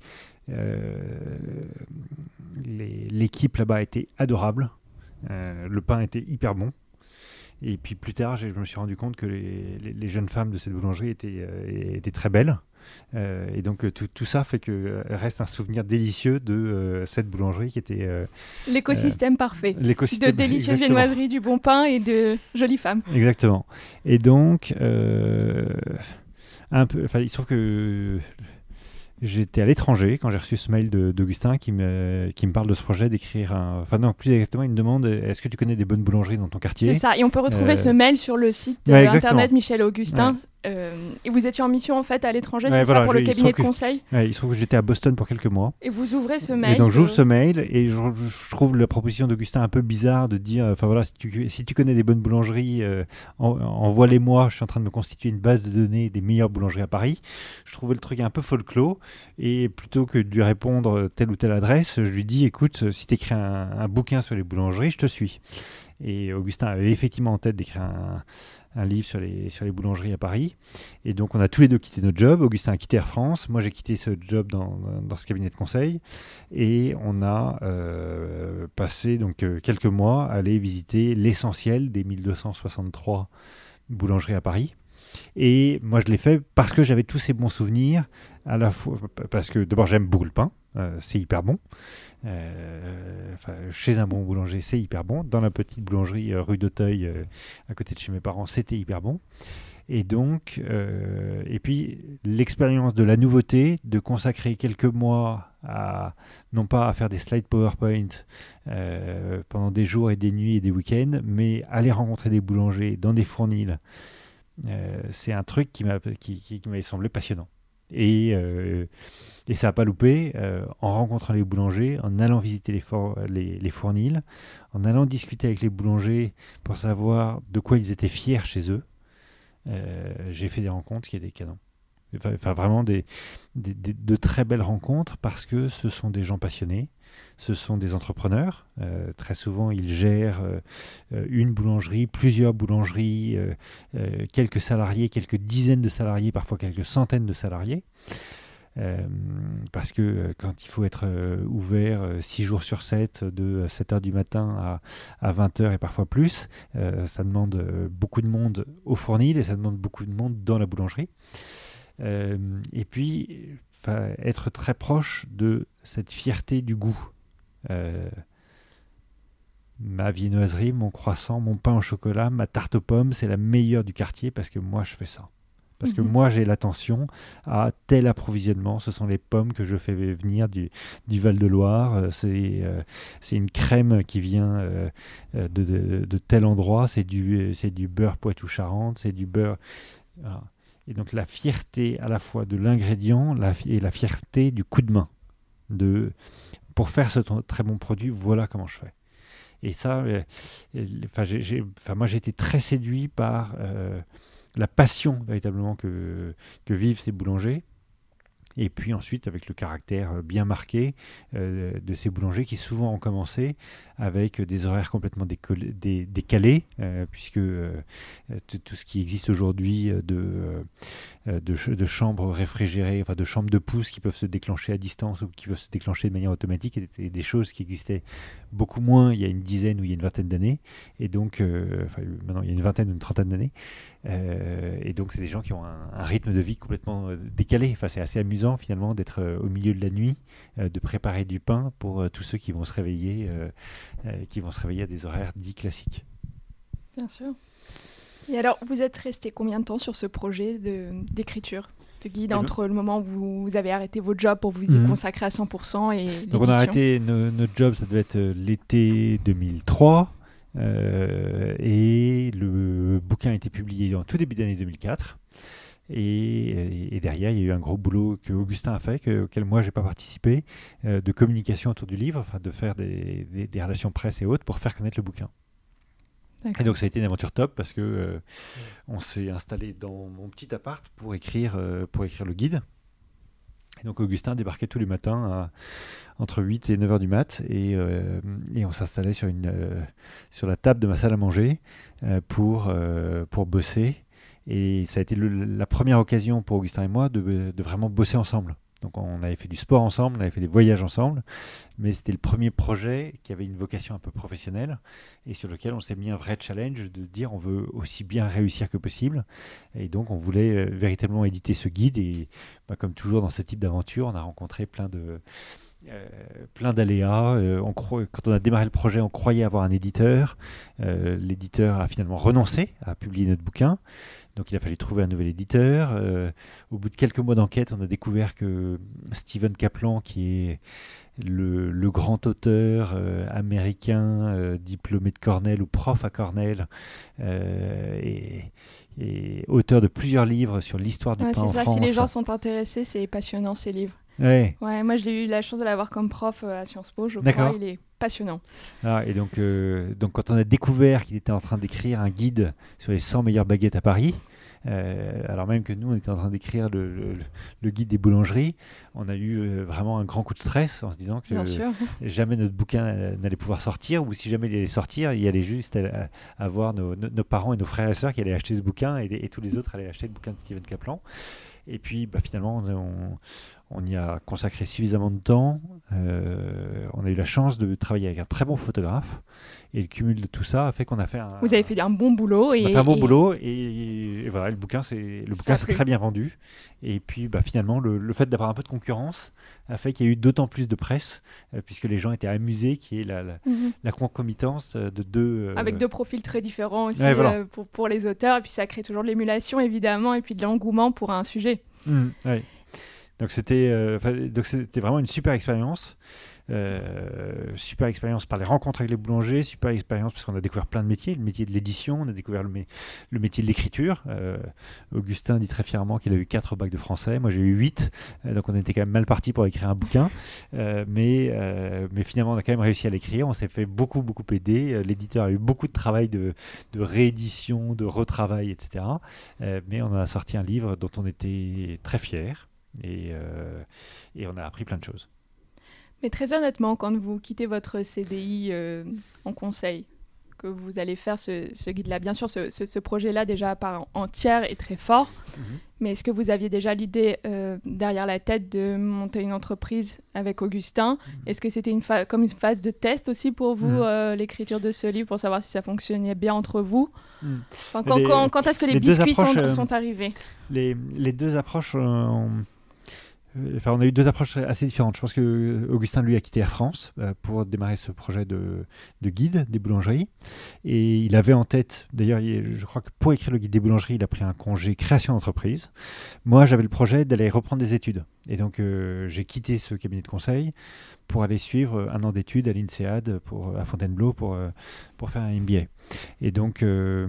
l'équipe là-bas était adorable. Le pain était hyper bon. Et puis plus tard, je me suis rendu compte que les jeunes femmes de cette boulangerie étaient très belles. Et donc tout ça fait que reste un souvenir délicieux de cette boulangerie qui était... l'écosystème parfait. L'écosystème, de délicieuses viennoiseries, du bon pain et de jolies femmes. Exactement. Et donc, il se trouve que... J'étais à l'étranger quand j'ai reçu ce mail d'Augustin qui me parle de ce projet d'écrire plus exactement, il me demande est-ce que tu connais des bonnes boulangeries dans ton quartier ? C'est ça, et on peut retrouver ce mail sur le site internet Michel Augustin. Ouais. Et vous étiez en mission en fait à l'étranger, c'est ça, pour le cabinet de conseil ? Il se trouve que j'étais à Boston pour quelques mois. Et vous ouvrez ce mail. Et donc j'ouvre ce mail et je trouve la proposition d'Augustin un peu bizarre de dire si tu connais des bonnes boulangeries, envoie-les-moi, je suis en train de me constituer une base de données des meilleures boulangeries à Paris. Je trouvais le truc un peu folklore. Et plutôt que de lui répondre telle ou telle adresse, je lui dis écoute, si tu écris un bouquin sur les boulangeries, je te suis. Et Augustin avait effectivement en tête d'écrire un livre sur les boulangeries à Paris. Et donc on a tous les deux quitté notre job. Augustin a quitté Air France, moi j'ai quitté ce job dans ce cabinet de conseil. Et on a passé donc quelques mois à aller visiter l'essentiel des 1263 boulangeries à Paris. Et moi je l'ai fait parce que j'avais tous ces bons souvenirs, à la fois parce que d'abord j'aime beaucoup le pain, c'est hyper bon, chez un bon boulanger c'est hyper bon, dans la petite boulangerie rue d'Auteuil à côté de chez mes parents c'était hyper bon, et donc et puis l'expérience de la nouveauté, de consacrer quelques mois non pas à faire des slides PowerPoint pendant des jours et des nuits et des week-ends, mais aller rencontrer des boulangers dans des fournils. C'est un truc qui m'avait semblé passionnant. Et ça n'a pas loupé, en rencontrant les boulangers, en allant visiter les fournils, en allant discuter avec les boulangers pour savoir de quoi ils étaient fiers chez eux. J'ai fait des rencontres qui étaient canons. Enfin, vraiment de très belles rencontres parce que ce sont des gens passionnés, ce sont des entrepreneurs. Très souvent, ils gèrent une boulangerie, plusieurs boulangeries, quelques salariés, quelques dizaines de salariés, parfois quelques centaines de salariés. Parce que quand il faut être ouvert 6 jours sur 7, de 7h du matin à 20h et parfois plus, ça demande beaucoup de monde au fournil et ça demande beaucoup de monde dans la boulangerie. Et puis, être très proche de cette fierté du goût. Ma viennoiserie, mon croissant, mon pain au chocolat, ma tarte aux pommes, c'est la meilleure du quartier parce que moi, je fais ça. Parce que moi, j'ai l'attention à tel approvisionnement. Ce sont les pommes que je fais venir du Val-de-Loire. C'est une crème qui vient de tel endroit. C'est du beurre Poitou-Charentes. C'est du beurre... Voilà. Et donc, la fierté à la fois de l'ingrédient et la fierté du coup de main. Pour faire ce très bon produit, voilà comment je fais. Et ça, moi, j'ai été très séduit par... la passion véritablement que vivent ces boulangers. Et puis ensuite, avec le caractère bien marqué de ces boulangers qui souvent ont commencé avec des horaires complètement décalés, puisque tout ce qui existe aujourd'hui de chambres réfrigérées, enfin de chambres de pousse qui peuvent se déclencher à distance ou qui peuvent se déclencher de manière automatique, étaient des choses qui existaient beaucoup moins il y a une dizaine ou il y a une vingtaine d'années. Et donc, maintenant il y a une vingtaine ou une trentaine d'années. Et donc, c'est des gens qui ont un rythme de vie complètement décalé. Enfin, c'est assez amusant finalement d'être au milieu de la nuit, de préparer du pain pour tous ceux qui vont se réveiller à des horaires dits classiques. Bien sûr. Et alors, vous êtes resté combien de temps sur ce projet d'écriture de guide entre le moment où vous avez arrêté votre job pour vous y consacrer à 100% et l'édition? Donc, on a arrêté notre job, ça devait être l'été 2003. Et le bouquin a été publié en tout début d'année 2004. Et derrière, il y a eu un gros boulot que Augustin a fait, auquel moi, je n'ai pas participé, de communication autour du livre, de faire des relations presse et autres pour faire connaître le bouquin. D'accord. Et donc, ça a été une aventure top parce que on s'est installé dans mon petit appart pour écrire le guide. Et donc, Augustin débarquait tous les matins entre 8 et 9 heures du mat et on s'installait sur la table de ma salle à manger pour bosser. Et ça a été la première occasion pour Augustin et moi de vraiment bosser ensemble. Donc on avait fait du sport ensemble, on avait fait des voyages ensemble, mais c'était le premier projet qui avait une vocation un peu professionnelle et sur lequel on s'est mis un vrai challenge de dire on veut aussi bien réussir que possible. Et donc on voulait véritablement éditer ce guide et comme toujours dans ce type d'aventure, on a rencontré plein d'aléas. Quand on a démarré le projet, on croyait avoir un éditeur. L'éditeur a finalement renoncé à publier notre bouquin. Donc il a fallu trouver un nouvel éditeur. Au bout de quelques mois d'enquête, on a découvert que Stephen Kaplan, qui est le grand auteur américain, diplômé de Cornell ou prof à Cornell, et auteur de plusieurs livres sur l'histoire du pain en France. C'est ça, si les gens sont intéressés, c'est passionnant ces livres. Ouais, moi j'ai eu la chance de l'avoir comme prof à Sciences Po, je crois, il est passionnant. Et donc quand on a découvert qu'il était en train d'écrire un guide sur les 100 meilleures baguettes à Paris, alors même que nous on était en train d'écrire le guide des boulangeries, on a eu vraiment un grand coup de stress en se disant que jamais notre bouquin n'allait pouvoir sortir, ou si jamais il allait sortir, il y allait juste avoir nos parents et nos frères et sœurs qui allaient acheter ce bouquin et tous les autres allaient acheter le bouquin de Stephen Kaplan. Et puis finalement on y a consacré suffisamment de temps. On a eu la chance de travailler avec un très bon photographe. Et le cumul de tout ça a fait qu'on a fait Vous avez fait un bon boulot. On a fait un bon boulot. Et voilà, le bouquin s'est très bien vendu. Et puis finalement, le fait d'avoir un peu de concurrence a fait qu'il y a eu d'autant plus de presse, puisque les gens étaient amusés qu'il y ait la concomitance de deux... Avec deux profils très différents aussi pour les auteurs. Et puis ça crée toujours de l'émulation, évidemment, et puis de l'engouement pour un sujet. Ouais. Donc c'était vraiment une super expérience. Super expérience par les rencontres avec les boulangers, super expérience parce qu'on a découvert plein de métiers, le métier de l'édition, on a découvert le métier de l'écriture. Augustin dit très fièrement qu'il a eu 4 bacs de français, moi j'ai eu 8, donc on était quand même mal parti pour écrire un bouquin, mais finalement on a quand même réussi à l'écrire, on s'est fait beaucoup aider, l'éditeur a eu beaucoup de travail de réédition, de retravail, etc. Mais on a sorti un livre dont on était très fiers et on a appris plein de choses. Mais très honnêtement, quand vous quittez votre CDI en conseil, que vous allez faire ce guide-là, bien sûr, ce projet-là déjà à part entière est très fort, mais est-ce que vous aviez déjà l'idée derrière la tête de monter une entreprise avec Augustin ? Est-ce que c'était comme une phase de test aussi pour vous, l'écriture de ce livre, pour savoir si ça fonctionnait bien entre vous ? Enfin, quand est-ce que les biscuits sont arrivés ? Les deux approches on a eu 2 approches assez différentes. Je pense que Augustin, lui, a quitté Air France pour démarrer ce projet de guide des boulangeries. Et il avait en tête, d'ailleurs, je crois que pour écrire le guide des boulangeries, il a pris un congé création d'entreprise. Moi, j'avais le projet d'aller reprendre des études. Et donc, j'ai quitté ce cabinet de conseil pour aller suivre un an d'études à l'INSEAD à Fontainebleau pour faire un MBA. Et donc,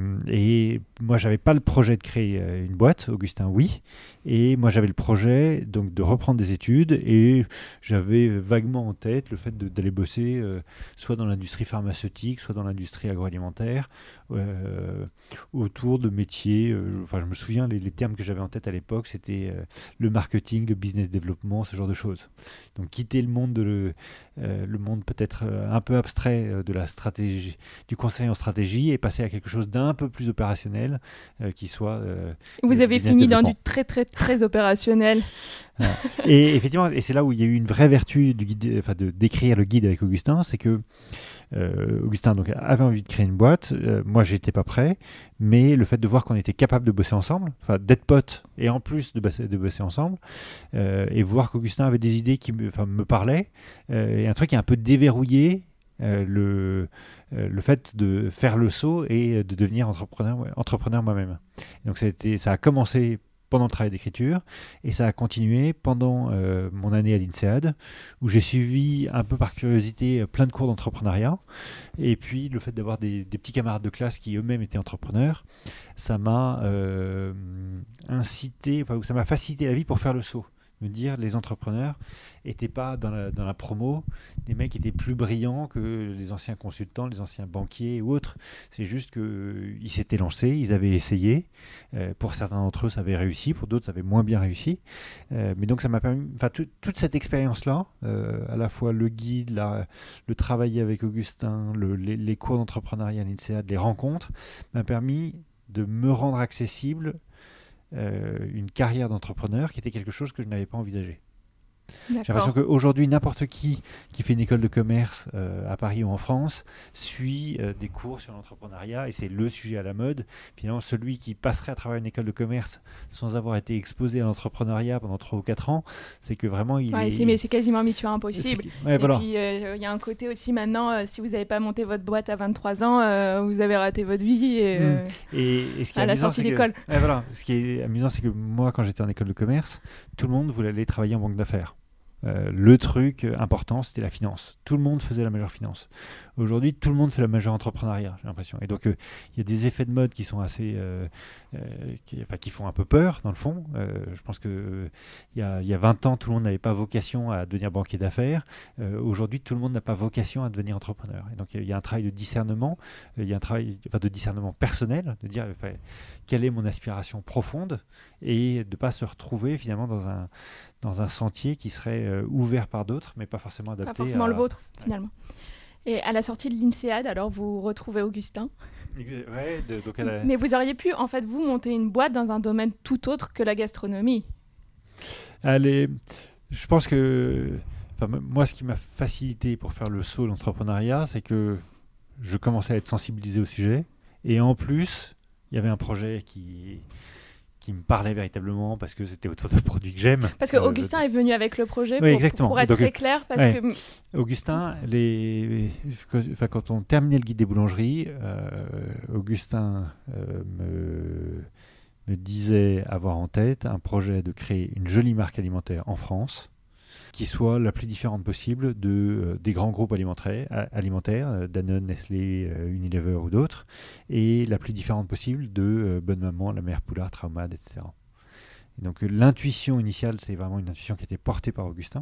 moi, j'avais pas le projet de créer une boîte. Augustin, oui. Et moi, j'avais le projet donc de reprendre des études et j'avais vaguement en tête le fait d'aller bosser soit dans l'industrie pharmaceutique, soit dans l'industrie agroalimentaire, autour de métiers. Je me souviens, les termes que j'avais en tête à l'époque, c'était le marketing, le business développement, ce genre de choses. Donc, quitter le monde le monde peut-être un peu abstrait de la stratégie, du conseil en stratégie et passer à quelque chose d'un peu plus opérationnel qui soit vous avez fini dans du très très très opérationnel. Et effectivement, et c'est là où il y a eu une vraie vertu du guide, d'écrire le guide avec Augustin, c'est que Augustin donc, avait envie de créer une boîte, moi j'étais pas prêt, mais le fait de voir qu'on était capable de bosser ensemble, d'être potes et en plus de bosser ensemble, et voir qu'Augustin avait des idées qui me parlaient, et un truc qui a un peu déverrouillé le fait de faire le saut et de devenir entrepreneur moi-même. Donc ça a commencé pendant le travail d'écriture et ça a continué pendant mon année à l'INSEAD où j'ai suivi un peu par curiosité plein de cours d'entrepreneuriat et puis le fait d'avoir des petits camarades de classe qui eux-mêmes étaient entrepreneurs, ça m'a ça m'a facilité la vie pour faire le saut. Me dire les entrepreneurs n'étaient pas dans la promo des mecs qui étaient plus brillants que les anciens consultants, les anciens banquiers ou autres. C'est juste qu'ils s'étaient lancés, ils avaient essayé. Pour certains d'entre eux, ça avait réussi, pour d'autres, ça avait moins bien réussi. Mais donc, ça m'a permis, toute cette expérience-là, à la fois le guide, le travail avec Augustin, les cours d'entrepreneuriat à l'INSEAD, les rencontres, m'a permis de me rendre accessible une carrière d'entrepreneur qui était quelque chose que je n'avais pas envisagé. D'accord. J'ai l'impression qu'aujourd'hui, n'importe qui fait une école de commerce à Paris ou en France suit des cours sur l'entrepreneuriat et c'est le sujet à la mode. Finalement, celui qui passerait à travers une école de commerce sans avoir été exposé à l'entrepreneuriat pendant 3 ou 4 ans, c'est que vraiment mais c'est quasiment mission impossible. Voilà. Puis, il y a un côté aussi maintenant, si vous n'avez pas monté votre boîte à 23 ans, vous avez raté votre vie et ce qui est à la sortie d'école. Ce qui est amusant, c'est que moi, quand j'étais en école de commerce, tout le monde voulait aller travailler en banque d'affaires. Le truc important, c'était la finance. Tout le monde faisait la majeure finance. Aujourd'hui, tout le monde fait la majeure entrepreneuriat, j'ai l'impression. Et donc, il y a des effets de mode qui sont assez... qui font un peu peur, dans le fond. Je pense qu'il y a 20 ans, tout le monde n'avait pas vocation à devenir banquier d'affaires. Aujourd'hui, tout le monde n'a pas vocation à devenir entrepreneur. Et donc, il y a un travail de discernement. Il y a un travail de discernement personnel, de dire quelle est mon aspiration profonde et de ne pas se retrouver finalement dans un sentier qui serait ouvert par d'autres, mais pas forcément adapté. Pas forcément le vôtre, finalement. Et à la sortie de l'INSEAD, alors vous retrouvez Augustin. Mais vous auriez pu, en fait, vous monter une boîte dans un domaine tout autre que la gastronomie. Je pense que moi, ce qui m'a facilité pour faire le saut de l'entrepreneuriat, c'est que je commençais à être sensibilisé au sujet. Et en plus, il y avait un projet qui me parlait véritablement parce que c'était autour de produits que j'aime. Parce que Augustin est venu avec le projet pour être très clair. Augustin, quand on terminait le guide des boulangeries, Augustin me disait avoir en tête un projet de créer une jolie marque alimentaire en France qui soit la plus différente possible des grands groupes alimentaires, Danone, Nestlé, Unilever ou d'autres, et la plus différente possible de Bonne Maman, La Mère Poulard, Traumad, etc. Et donc l'intuition initiale, c'est vraiment une intuition qui a été portée par Augustin.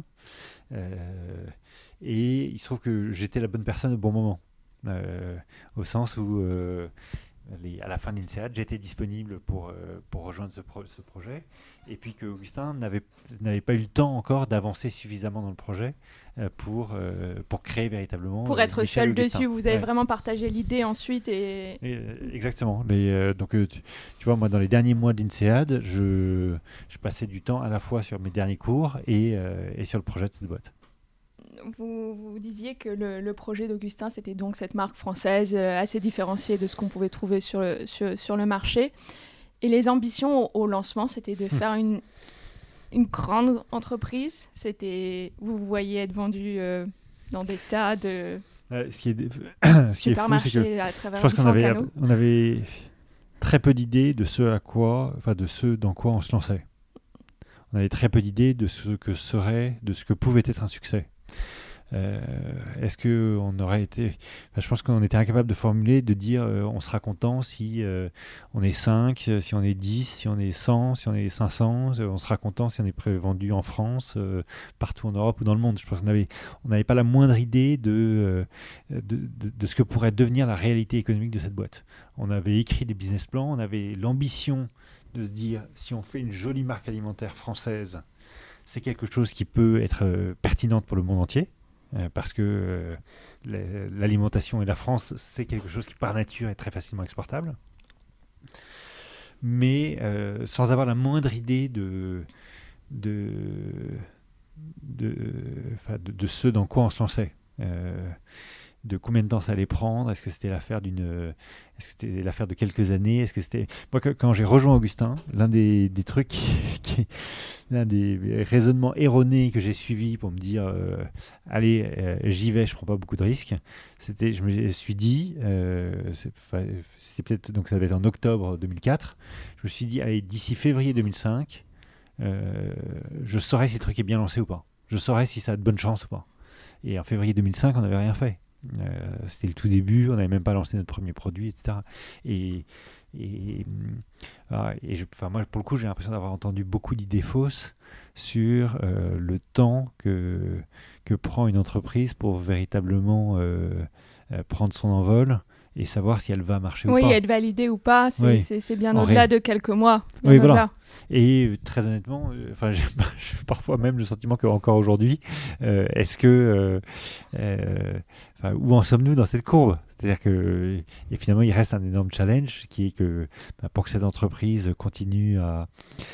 Et il se trouve que j'étais la bonne personne au bon moment. Au sens où à la fin de l'INSEAD, j'étais disponible pour rejoindre ce projet, et puis que Augustin n'avait pas eu le temps encore d'avancer suffisamment dans le projet pour créer véritablement... Pour être Michel seul Augustin. dessus, vous avez vraiment partagé l'idée ensuite exactement. Donc tu vois, moi dans les derniers mois de l'INSEAD, je passais du temps à la fois sur mes derniers cours et sur le projet de cette boîte. Vous disiez que le projet d'Augustin, c'était donc cette marque française assez différenciée de ce qu'on pouvait trouver sur le marché. Et les ambitions au lancement, c'était de faire une grande entreprise. Vous voyez être vendu dans des tas de ce qui est fou, c'est que à travers je pense canaux. on avait très peu d'idées de ce dans quoi on se lançait. On avait très peu d'idées de ce que pouvait être un succès. Est-ce qu'on aurait été... je pense qu'on était incapable de formuler, de dire on sera content si on est 5, si on est 10, si on est 100, si on est 500, on sera content si on est vendu en France, partout en Europe ou dans le monde. Je pense qu'on n'avait pas la moindre idée de ce que pourrait devenir la réalité économique de cette boîte. On avait écrit des business plans, on avait l'ambition de se dire si on fait une jolie marque alimentaire française, c'est quelque chose qui peut être pertinente pour le monde entier. Parce que l'alimentation et la France, c'est quelque chose qui par nature est très facilement exportable, mais sans avoir la moindre idée de ce dans quoi on se lançait. De combien de temps ça allait prendre, est-ce que c'était l'affaire de quelques années, moi quand j'ai rejoint Augustin, l'un des trucs l'un des raisonnements erronés que j'ai suivis pour me dire allez, j'y vais, je prends pas beaucoup de risques, je me suis dit c'était peut-être, donc ça devait être en octobre 2004, je me suis dit allez, d'ici février 2005 je saurai si le truc est bien lancé ou pas, je saurai si ça a de bonnes chances ou pas. Et en février 2005 on n'avait rien fait. C'était le tout début, on n'avait même pas lancé notre premier produit, etc. Moi, pour le coup, j'ai l'impression d'avoir entendu beaucoup d'idées fausses sur le temps que prend une entreprise pour véritablement prendre son envol et savoir si elle va marcher ou pas. Oui, être validée ou pas, c'est bien au-delà de quelques mois. Oui, voilà. Et très honnêtement, j'ai parfois même le sentiment qu'encore aujourd'hui, où en sommes-nous dans cette courbe ? C'est-à-dire que finalement, il reste un énorme challenge qui est que pour que cette entreprise continue à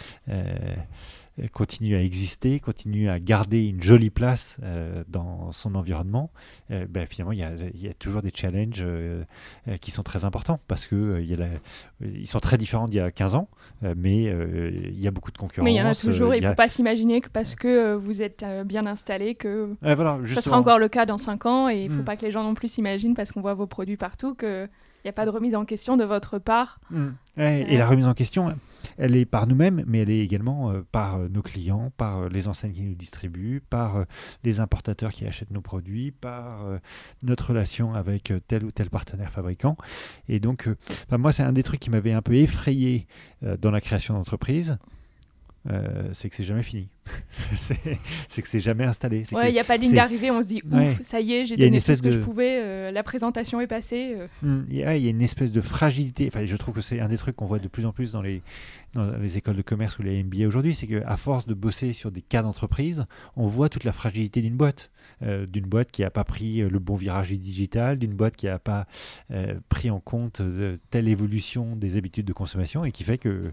exister, continue à garder une jolie place dans son environnement, finalement, il y a toujours des challenges qui sont très importants parce que ils sont très différents d'il y a 15 ans, mais il y a beaucoup de concurrence. Mais il y en a toujours, il ne faut pas s'imaginer que parce que vous êtes bien installé, que ça sera encore le cas dans 5 ans, et il ne faut pas que les gens non plus s'imaginent, parce qu'on voit vos produits partout, que... Il n'y a pas de remise en question de votre part. Et la remise en question, elle est par nous-mêmes, mais elle est également par nos clients, par les enseignes qui nous distribuent, par les importateurs qui achètent nos produits, par notre relation avec tel ou tel partenaire fabricant. Et donc, moi, c'est un des trucs qui m'avait un peu effrayé dans la création d'entreprise. C'est que c'est jamais fini. c'est que c'est jamais installé. Il n'y a pas de ligne d'arrivée, on se dit ouf, ça y est, j'ai donné tout ce que je pouvais, la présentation est passée. Il y a une espèce de fragilité. Je trouve que c'est un des trucs qu'on voit de plus en plus dans les écoles de commerce ou les MBA aujourd'hui, c'est qu'à force de bosser sur des cas d'entreprise, on voit toute la fragilité d'une boîte qui n'a pas pris le bon virage du digital, d'une boîte qui n'a pas pris en compte telle évolution des habitudes de consommation, et qui fait que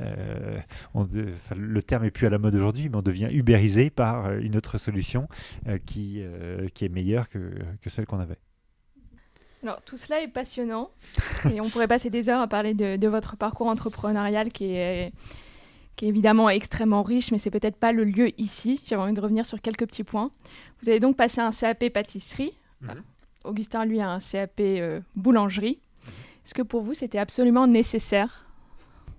le terme est plus à la mode aujourd'hui, mais on devient ubérisé par une autre solution qui est meilleure que celle qu'on avait. Alors, tout cela est passionnant et on pourrait passer des heures à parler de votre parcours entrepreneurial qui est évidemment extrêmement riche, mais c'est peut-être pas le lieu ici. J'avais envie de revenir sur quelques petits points. Vous avez donc passé un CAP pâtisserie. Augustin, lui, a un CAP boulangerie. Est-ce que pour vous, c'était absolument nécessaire ?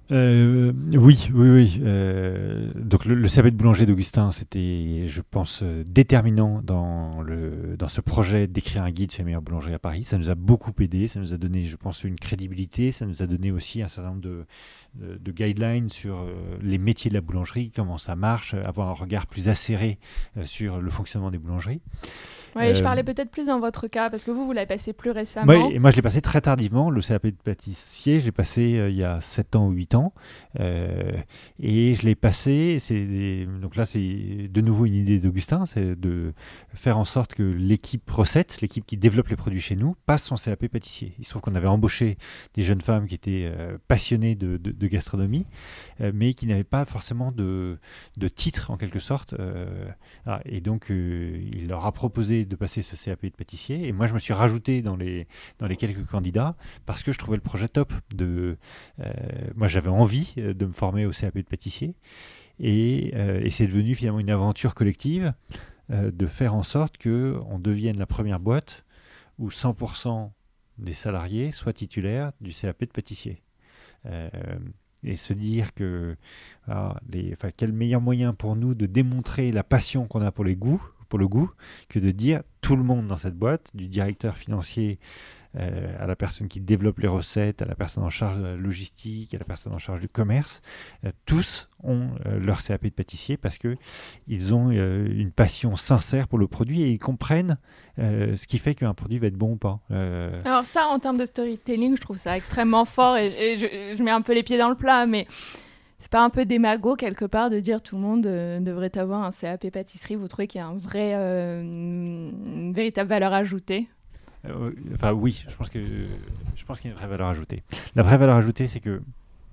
Oui. Donc le CAP de boulanger d'Augustin, c'était, je pense, déterminant dans ce projet d'écrire un guide sur les meilleures boulangeries à Paris. Ça nous a beaucoup aidé, ça nous a donné, je pense, une crédibilité, ça nous a donné aussi un certain nombre de guidelines sur les métiers de la boulangerie, comment ça marche, avoir un regard plus acéré sur le fonctionnement des boulangeries. Oui, je parlais peut-être plus dans votre cas, parce que vous l'avez passé plus récemment. Oui, et moi je l'ai passé très tardivement, le CAP de pâtissier, je l'ai passé il y a 7 ans ou 8 ans. Et je l'ai passé, donc là c'est de nouveau une idée d'Augustin, c'est de faire en sorte que l'équipe recette, l'équipe qui développe les produits chez nous, passe son CAP pâtissier. Il se trouve qu'on avait embauché des jeunes femmes qui étaient passionnées de gastronomie, mais qui n'avaient pas forcément de titre en quelque sorte. Et donc il leur a proposé de passer ce CAP de pâtissier, et moi je me suis rajouté dans les quelques candidats parce que je trouvais le projet top. Moi j'avais envie de me former au CAP de pâtissier, et c'est devenu finalement une aventure collective de faire en sorte qu'on devienne la première boîte où 100% des salariés soient titulaires du CAP de pâtissier. Et se dire que quel meilleur moyen pour nous de démontrer la passion qu'on a pour le goût, que de dire tout le monde dans cette boîte, du directeur financier à la personne qui développe les recettes, à la personne en charge de la logistique, à la personne en charge du commerce, tous ont leur CAP de pâtissier parce qu'ils ont une passion sincère pour le produit et ils comprennent ce qui fait qu'un produit va être bon ou pas. Alors ça, en termes de storytelling, je trouve ça extrêmement fort et je mets un peu les pieds dans le plat, mais c'est pas un peu démago quelque part de dire tout le monde devrait avoir un CAP pâtisserie? Vous trouvez qu'il y a une véritable valeur ajoutée? Oui, je pense qu'il y a une vraie valeur ajoutée. La vraie valeur ajoutée, c'est que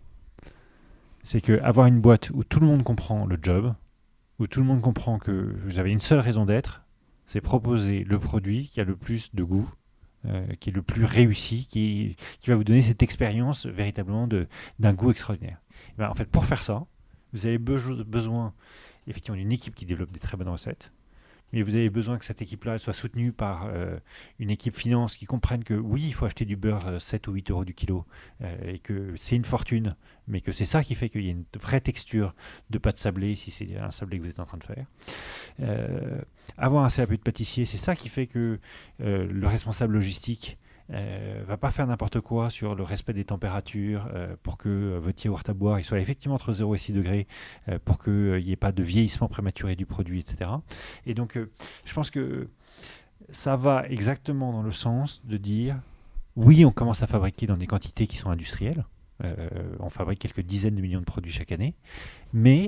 avoir une boîte où tout le monde comprend le job, où tout le monde comprend que vous avez une seule raison d'être, c'est proposer le produit qui a le plus de goût, qui est le plus réussi, qui va vous donner cette expérience véritablement d'un goût extraordinaire. Et en fait, pour faire ça, vous avez besoin effectivement d'une équipe qui développe des très bonnes recettes, mais vous avez besoin que cette équipe-là soit soutenue par une équipe finance qui comprenne que oui, il faut acheter du beurre 7 ou 8 euros du kilo, et que c'est une fortune, mais que c'est ça qui fait qu'il y a une vraie texture de pâte sablée, si c'est un sablé que vous êtes en train de faire. Avoir un CAP de pâtissier, c'est ça qui fait que le responsable logistique va pas faire n'importe quoi sur le respect des températures pour que votre yaourt à boire il soit effectivement entre 0 et 6 degrés pour qu'il n'y ait pas de vieillissement prématuré du produit, etc. Et donc je pense que ça va exactement dans le sens de dire oui, on commence à fabriquer dans des quantités qui sont industrielles, on fabrique quelques dizaines de millions de produits chaque année, mais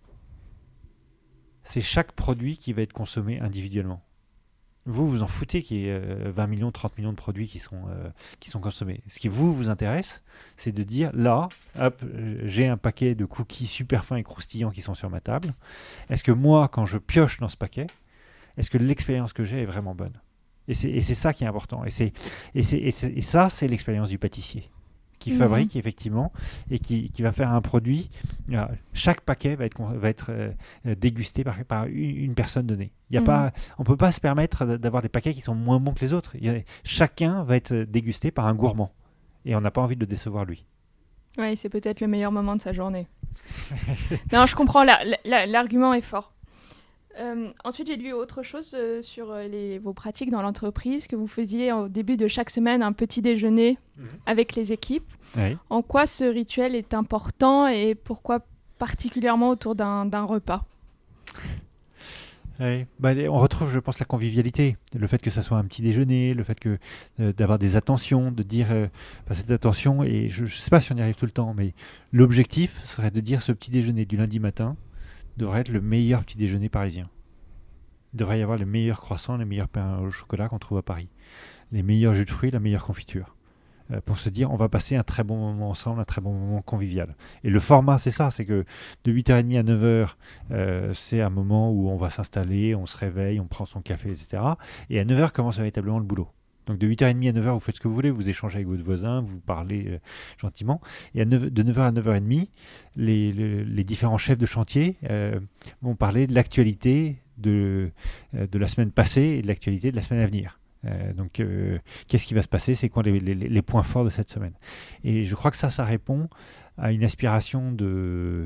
c'est chaque produit qui va être consommé individuellement. Vous en foutez qu'il y ait 20 millions, 30 millions de produits qui sont consommés. Ce qui vous intéresse, c'est de dire, là, hop, j'ai un paquet de cookies super fins et croustillants qui sont sur ma table. Est-ce que moi, quand je pioche dans ce paquet, est-ce que l'expérience que j'ai est vraiment bonne ? Et c'est ça qui est important. Et ça, c'est l'expérience du pâtissier qui fabrique effectivement et qui va faire un produit. Chaque paquet va être dégusté par une personne donnée. On ne peut pas se permettre d'avoir des paquets qui sont moins bons que les autres. Chacun va être dégusté par un gourmand et on n'a pas envie de le décevoir lui. Oui, c'est peut-être le meilleur moment de sa journée. Non, je comprends, l'argument est fort. Ensuite, j'ai lu autre chose sur vos pratiques dans l'entreprise, que vous faisiez au début de chaque semaine un petit déjeuner avec les équipes. Oui. En quoi ce rituel est important et pourquoi particulièrement autour d'un repas ? Oui. On retrouve, je pense, la convivialité, le fait que ça soit un petit déjeuner, le fait que d'avoir des attentions, de dire cette attention, et je ne sais pas si on y arrive tout le temps, mais l'objectif serait de dire ce petit déjeuner du lundi matin devrait être le meilleur petit déjeuner parisien. Il devrait y avoir les meilleurs croissants, les meilleurs pains au chocolat qu'on trouve à Paris, les meilleurs jus de fruits, la meilleure confiture. Pour se dire, on va passer un très bon moment ensemble, un très bon moment convivial. Et le format, c'est ça, c'est que de 8h30 à 9h, c'est un moment où on va s'installer, on se réveille, on prend son café, etc. Et à 9h commence véritablement le boulot. Donc de 8h30 à 9h, vous faites ce que vous voulez, vous échangez avec votre voisin, vous parlez gentiment. Et de 9h à 9h30, les différents chefs de chantier vont parler de l'actualité de la semaine passée et de l'actualité de la semaine à venir. Donc, qu'est-ce qui va se passer? C'est quoi les points forts de cette semaine? Et je crois que ça répond à une aspiration de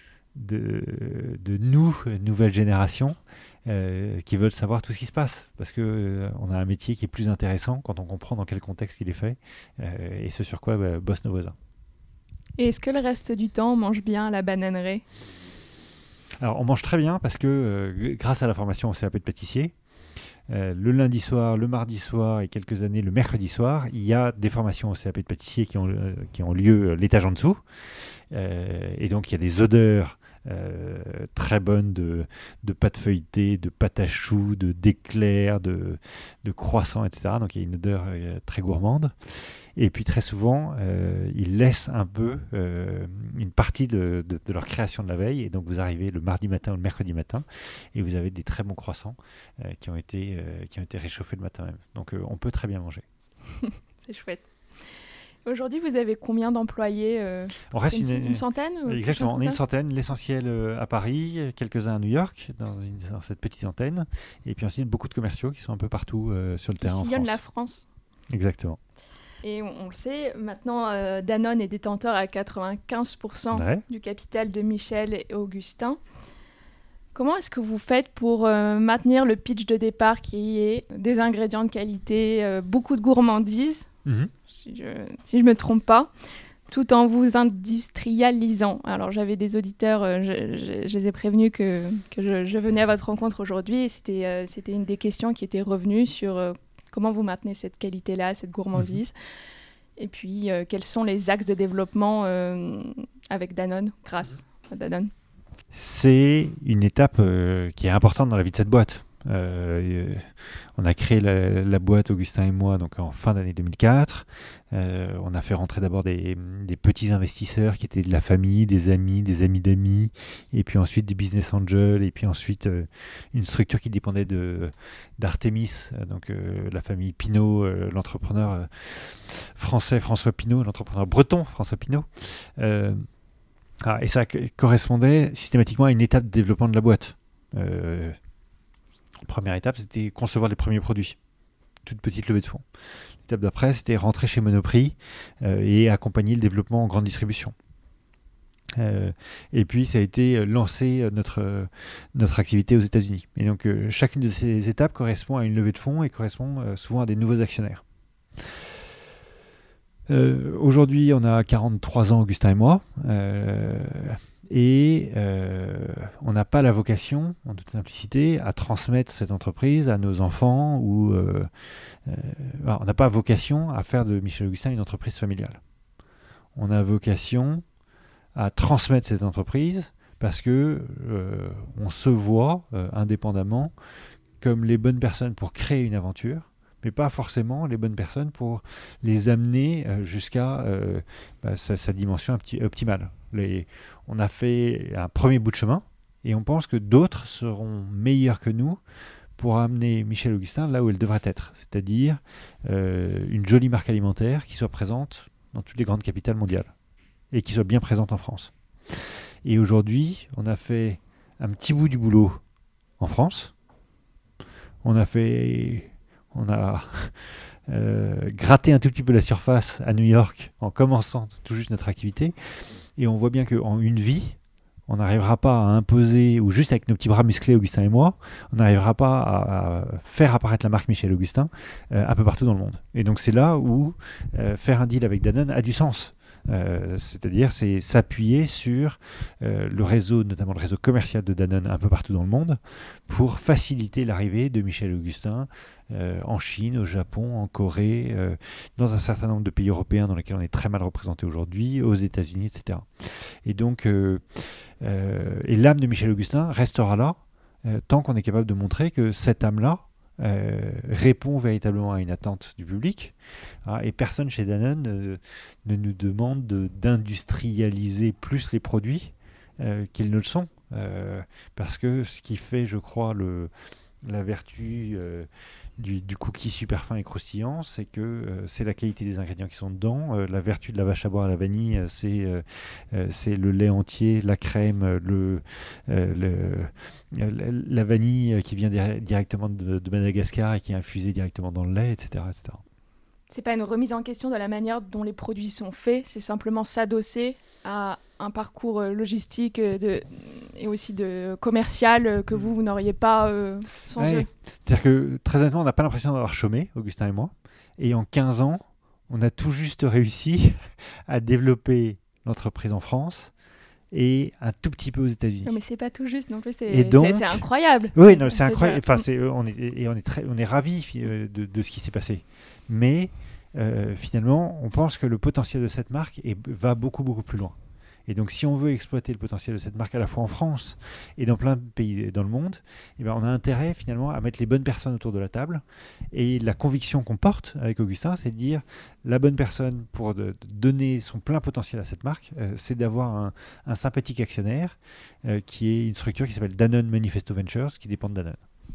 nous, nouvelle génération, qui veulent savoir tout ce qui se passe. Parce qu'on a un métier qui est plus intéressant quand on comprend dans quel contexte il est fait et ce sur quoi bossent nos voisins. Et est-ce que le reste du temps, on mange bien à la bananerie? Alors, on mange très bien parce que grâce à la formation au CAP de pâtissier, le lundi soir, le mardi soir et quelques années le mercredi soir, il y a des formations au CAP de pâtissier qui ont lieu l'étage en dessous. Et donc il y a des odeurs très bonnes de pâte feuilletée, de pâte à choux, d'éclairs, de croissants, etc. Donc il y a une odeur très gourmande. Et puis très souvent, ils laissent un peu une partie de leur création de la veille. Et donc vous arrivez le mardi matin ou le mercredi matin et vous avez des très bons croissants qui ont été réchauffés le matin même. Donc on peut très bien manger. C'est chouette. Aujourd'hui, vous avez combien d'employés? On reste une centaine? Exactement, on est une centaine. L'essentiel à Paris, quelques-uns à New York, dans cette petite antenne. Et puis ensuite, beaucoup de commerciaux qui sont un peu partout sur le terrain en France. Qui sillonnent la France. Exactement. Et on le sait, maintenant, Danone est détenteur à 95% du capital de Michel et Augustin. Comment est-ce que vous faites pour maintenir le pitch de départ qui est des ingrédients de qualité, beaucoup de gourmandise, si je ne me trompe pas, tout en vous industrialisant? Alors j'avais des auditeurs, je les ai prévenus que je venais à votre rencontre aujourd'hui, et c'était une des questions qui était revenue sur comment vous maintenez cette qualité-là, cette gourmandise, et puis quels sont les axes de développement avec Danone, grâce à Danone? C'est une étape qui est importante dans la vie de cette boîte. On a créé la boîte, Augustin et moi, donc en fin d'année 2004. On a fait rentrer d'abord des petits investisseurs qui étaient de la famille, des amis d'amis, et puis ensuite des business angels, et puis ensuite une structure qui dépendait d'Artemis, donc la famille Pinault, l'entrepreneur français François Pinault, l'entrepreneur breton François Pinault. Et ça correspondait systématiquement à une étape de développement de la boîte. Première étape, c'était concevoir les premiers produits. Toute petite levée de fonds. L'étape d'après, c'était rentrer chez Monoprix et accompagner le développement en grande distribution. Et puis, ça a été lancer notre activité aux États-Unis. Et donc, chacune de ces étapes correspond à une levée de fonds et correspond souvent à des nouveaux actionnaires. Aujourd'hui, on a 43 ans, Augustin et moi, et on n'a pas la vocation, en toute simplicité, à transmettre cette entreprise à nos enfants, ou on n'a pas vocation à faire de Michel Augustin une entreprise familiale. On a vocation à transmettre cette entreprise parce que on se voit indépendamment comme les bonnes personnes pour créer une aventure, mais pas forcément les bonnes personnes pour les amener jusqu'à sa dimension optimale. On a fait un premier bout de chemin et on pense que d'autres seront meilleurs que nous pour amener Michel Augustin là où elle devrait être, c'est-à-dire une jolie marque alimentaire qui soit présente dans toutes les grandes capitales mondiales et qui soit bien présente en France. Et aujourd'hui, on a fait un petit bout du boulot en France. On a gratté un tout petit peu la surface à New York en commençant tout juste notre activité, et on voit bien qu'en une vie, on n'arrivera pas à imposer, ou juste avec nos petits bras musclés, Augustin et moi, on n'arrivera pas à faire apparaître la marque Michel Augustin un peu partout dans le monde. Et donc c'est là où faire un deal avec Danone a du sens. C'est-à-dire c'est s'appuyer sur le réseau, notamment le réseau commercial de Danone un peu partout dans le monde, pour faciliter l'arrivée de Michel Augustin en Chine, au Japon, en Corée, dans un certain nombre de pays européens dans lesquels on est très mal représenté aujourd'hui, aux États-Unis, etc. Et donc et l'âme de Michel Augustin restera là tant qu'on est capable de montrer que cette âme-là répond véritablement à une attente du public, et personne chez Danone ne nous demande d'industrialiser plus les produits qu'ils ne le sont, parce que ce qui fait, je crois, la vertu du cookie super fin et croustillant, c'est que c'est la qualité des ingrédients qui sont dedans. La vertu de la vache à boire à la vanille, c'est le lait entier, la crème, la vanille qui vient directement de Madagascar et qui est infusée directement dans le lait, etc., etc. C'est pas une remise en question de la manière dont les produits sont faits, c'est simplement s'adosser à un parcours logistique et aussi commercial que vous n'auriez pas sans eux. C'est-à-dire que très honnêtement, on n'a pas l'impression d'avoir chômé, Augustin et moi. Et en 15 ans, on a tout juste réussi à développer l'entreprise en France et un tout petit peu aux États-Unis. Non, mais c'est pas tout juste non plus, donc, c'est incroyable. Oui, non, c'est incroyable. Enfin, on est ravis de ce qui s'est passé. Mais finalement, on pense que le potentiel de cette marque va beaucoup, beaucoup plus loin. Et donc, si on veut exploiter le potentiel de cette marque à la fois en France et dans plein de pays dans le monde, eh ben, on a intérêt finalement à mettre les bonnes personnes autour de la table. Et la conviction qu'on porte avec Augustin, c'est de dire la bonne personne pour donner son plein potentiel à cette marque, c'est d'avoir un sympathique actionnaire qui est une structure qui s'appelle Danone Manifesto Ventures, qui dépend de Danone.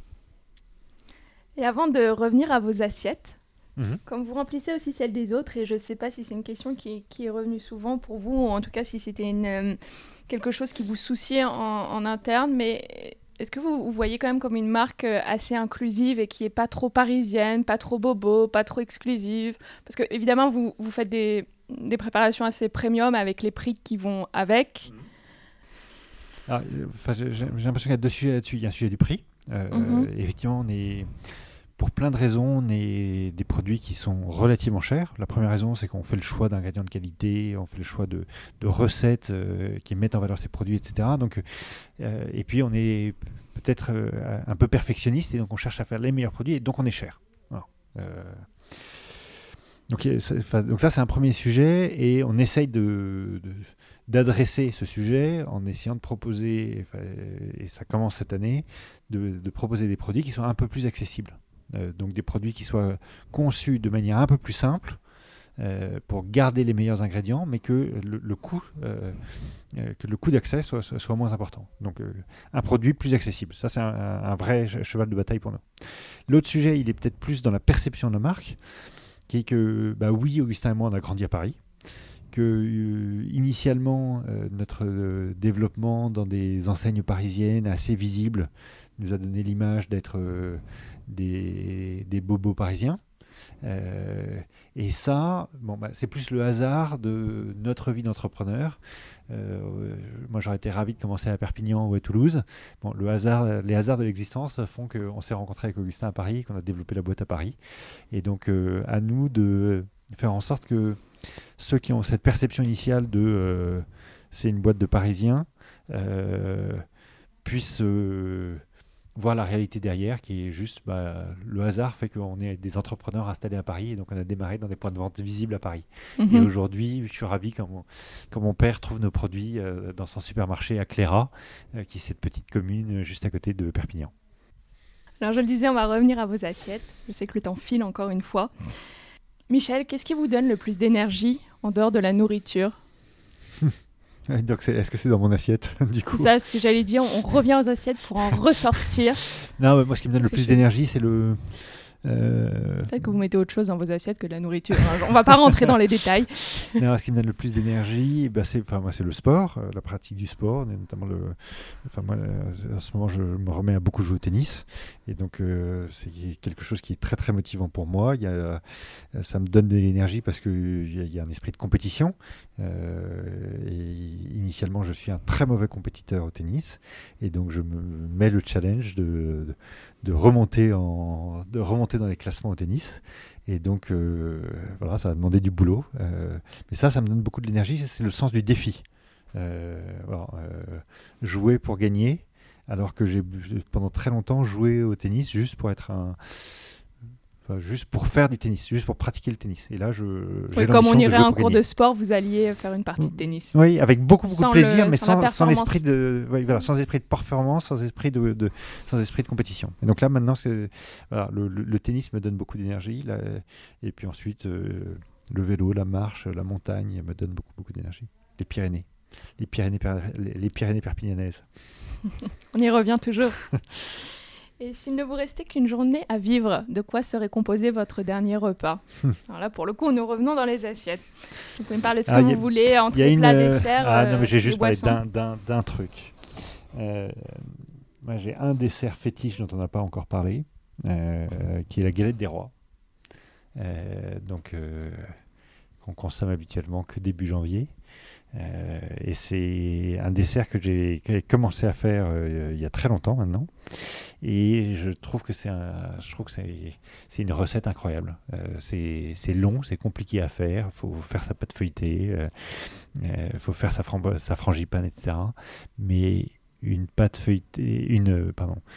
Et avant de revenir à vos assiettes, comme vous remplissez aussi celles des autres, et je ne sais pas si c'est une question qui est revenue souvent pour vous, ou en tout cas si c'était quelque chose qui vous souciait en interne, mais est-ce que vous voyez quand même comme une marque assez inclusive et qui n'est pas trop parisienne, pas trop bobo, pas trop exclusive? Parce que évidemment, vous faites des préparations assez premium avec les prix qui vont avec. Alors, j'ai l'impression qu'il y a deux sujets là-dessus. Il y a un sujet du prix. Effectivement, pour plein de raisons, on est des produits qui sont relativement chers. La première raison, c'est qu'on fait le choix d'ingrédients de qualité, on fait le choix de recettes qui mettent en valeur ces produits, etc. Donc, et puis, on est peut-être un peu perfectionniste et donc on cherche à faire les meilleurs produits et donc on est cher. Voilà. Donc ça, c'est un premier sujet et on essaye d'adresser ce sujet en essayant de proposer, et ça commence cette année, de proposer des produits qui soient un peu plus accessibles. Donc des produits qui soient conçus de manière un peu plus simple pour garder les meilleurs ingrédients, mais que le coût d'accès soit moins important. Donc un produit plus accessible. Ça, c'est un vrai cheval de bataille pour nous. L'autre sujet, il est peut-être plus dans la perception de la marque, qui est que, oui, Augustin et moi, on a grandi à Paris, que initialement, notre développement dans des enseignes parisiennes assez visibles nous a donné l'image d'être des bobos parisiens. Et ça, c'est plus le hasard de notre vie d'entrepreneur. Moi, j'aurais été ravi de commencer à Perpignan ou à Toulouse. Les hasards de l'existence font qu'on s'est rencontré avec Augustin à Paris, qu'on a développé la boîte à Paris. Et donc, à nous de faire en sorte que ceux qui ont cette perception initiale de c'est une boîte de Parisiens puissent voir la réalité derrière, qui est juste le hasard fait qu'on est des entrepreneurs installés à Paris et donc on a démarré dans des points de vente visibles à Paris. Et aujourd'hui, je suis ravi quand mon père trouve nos produits dans son supermarché à Cléra, qui est cette petite commune juste à côté de Perpignan. Alors je le disais, on va revenir à vos assiettes. Je sais que le temps file encore une fois. Michel, qu'est-ce qui vous donne le plus d'énergie en dehors de la nourriture ? Donc est-ce que c'est dans mon assiette du coup ? C'est ça ce que j'allais dire, on revient aux assiettes pour en ressortir. Non, moi ce qui me donne le plus d'énergie, c'est le... Peut-être que vous mettez autre chose dans vos assiettes que de la nourriture. On ne va pas rentrer dans les détails. Non, ce qui me donne le plus d'énergie, c'est le sport, la pratique du sport, notamment moi, en ce moment, je me remets à beaucoup jouer au tennis. Et donc, c'est quelque chose qui est très, très motivant pour moi. Ça me donne de l'énergie parce qu'il y a un esprit de compétition. Et initialement, je suis un très mauvais compétiteur au tennis. Et donc, je me mets le challenge de remonter dans les classements au tennis. Et donc, ça va demander du boulot. Mais ça me donne beaucoup de l'énergie. C'est le sens du défi. Jouer pour gagner, alors que j'ai pendant très longtemps joué au tennis juste pour être juste pour faire du tennis, juste pour pratiquer le tennis. Et là, comme on irait à un cours de sport, vous alliez faire une partie de tennis. Oui, avec beaucoup de plaisir, mais sans l'esprit sans esprit de performance, sans esprit de compétition. Et donc là, maintenant, le tennis me donne beaucoup d'énergie. Et puis ensuite, le vélo, la marche, la montagne me donnent beaucoup, beaucoup d'énergie. Les Pyrénées perpignanaises. On y revient toujours. Et s'il ne vous restait qu'une journée à vivre, de quoi serait composé votre dernier repas? Alors là, pour le coup, nous revenons dans les assiettes. Vous pouvez me parler de ce que vous voulez, entrée, plat, dessert. Non, mais j'ai juste parlé boissons. d'un truc. Moi, j'ai un dessert fétiche dont on n'a pas encore parlé, qui est la galette des rois. Qu'on consomme habituellement que début janvier. Et c'est un dessert que j'ai commencé à faire il y a très longtemps maintenant. Et je trouve que c'est une recette incroyable. C'est long, c'est compliqué à faire. Il faut faire sa pâte feuilletée, il faut faire sa frangipane, etc. Mais une pâte feuilletée, une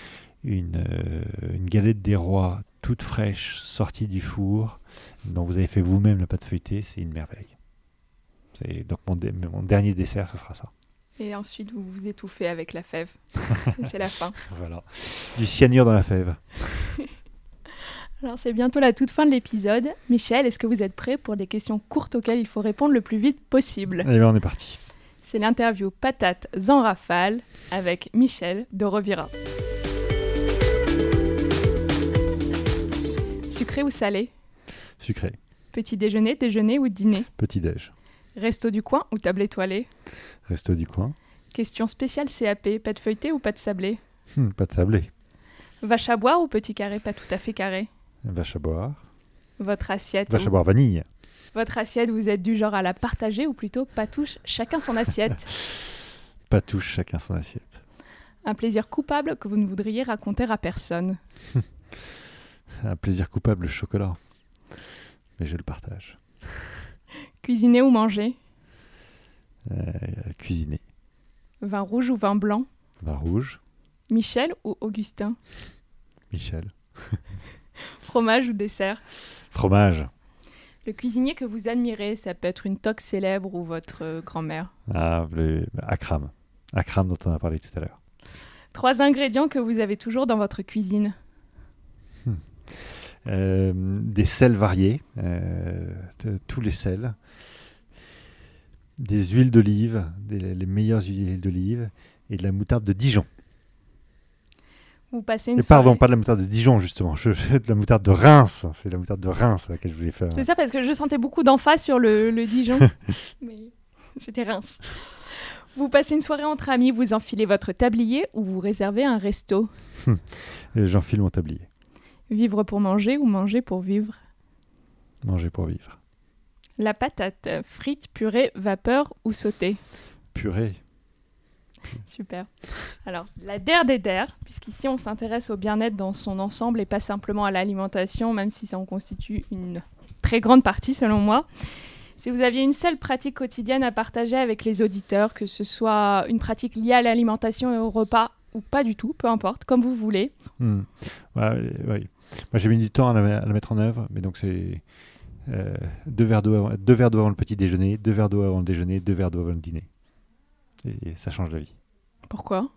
galette des rois toute fraîche, sortie du four, dont vous avez fait vous-même la pâte feuilletée, c'est une merveille. Donc mon dernier dessert, ce sera ça. Et ensuite, vous vous étouffez avec la fève. C'est la fin. Voilà. Du cyanure dans la fève. Alors, c'est bientôt la toute fin de l'épisode. Michel, est-ce que vous êtes prêt pour des questions courtes auxquelles il faut répondre le plus vite possible? Allez, on est parti. C'est l'interview Patates en rafale avec Michel de Rovira. Sucré ou salé? Sucré. Petit déjeuner, déjeuner ou dîner? Petit déj. Resto du coin ou table étoilée? Resto du coin. Question spéciale CAP, pâte feuilletée ou pâte sablée? Pâte sablée. Vache à boire ou petit carré, pas tout à fait carré? Vache à boire. Votre assiette. Vache à boire vanille. Votre assiette, vous êtes du genre à la partager ou plutôt patouche chacun son assiette? Patouche chacun son assiette. Un plaisir coupable que vous ne voudriez raconter à personne? Un plaisir coupable, le chocolat. Mais je le partage. Cuisiner ou manger? Cuisiner. Vin rouge ou vin blanc? Vin rouge. Michel ou Augustin? Michel. Fromage ou dessert? Fromage. Le cuisinier que vous admirez, ça peut être une toque célèbre ou votre grand-mère. Akram. Akram dont on a parlé tout à l'heure. 3 ingrédients que vous avez toujours dans votre cuisine. Des sels variés, tous les sels, des huiles d'olive, les meilleures huiles d'olive, et de la moutarde de Dijon. Vous passez une Pardon, soirée... pas de la moutarde de Dijon, justement, de la moutarde de Reims. C'est la moutarde de Reims à laquelle je voulais faire. C'est ça, parce que je sentais beaucoup d'emphase sur le Dijon, mais c'était Reims. Vous passez une soirée entre amis, vous enfilez votre tablier ou vous réservez un resto? J'enfile mon tablier. Vivre pour manger ou manger pour vivre? Manger pour vivre. La patate, frite, purée, vapeur ou sautée? Purée. Super. Alors, la DER des DER, puisqu'ici on s'intéresse au bien-être dans son ensemble et pas simplement à l'alimentation, même si ça en constitue une très grande partie selon moi. Si vous aviez une seule pratique quotidienne à partager avec les auditeurs, que ce soit une pratique liée à l'alimentation et au repas ou pas du tout, peu importe, comme vous voulez. Oui. Moi, j'ai mis du temps à la mettre en œuvre, mais donc c'est 2 verres d'eau avant le petit déjeuner, 2 verres d'eau avant le déjeuner, 2 verres d'eau avant le dîner. Et ça change la vie. Pourquoi?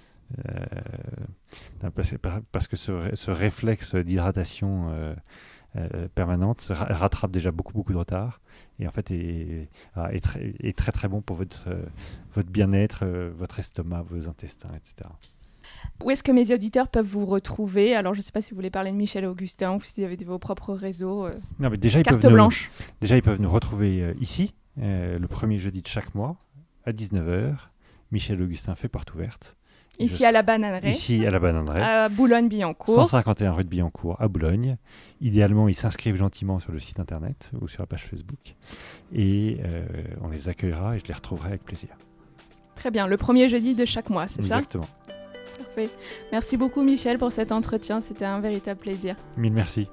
Parce que ce réflexe d'hydratation permanente rattrape déjà beaucoup de retard et en fait est très très bon pour votre bien-être, votre estomac, vos intestins, etc. Où est-ce que mes auditeurs peuvent vous retrouver? Alors, je ne sais pas si vous voulez parler de Michel Augustin ou si vous avez vos propres réseaux. Non, mais déjà, carte blanche. Ils peuvent nous retrouver ici, le premier jeudi de chaque mois, à 19h. Michel Augustin fait porte ouverte. Ici à la Bananeraie. Ici à la Bananeraie. À Boulogne-Billancourt. 151 rue de Billancourt à Boulogne. Idéalement, ils s'inscrivent gentiment sur le site internet ou sur la page Facebook. Et on les accueillera et je les retrouverai avec plaisir. Très bien, le premier jeudi de chaque mois, c'est ça? Exactement. Parfait. Merci beaucoup Michel pour cet entretien, c'était un véritable plaisir. Mille merci.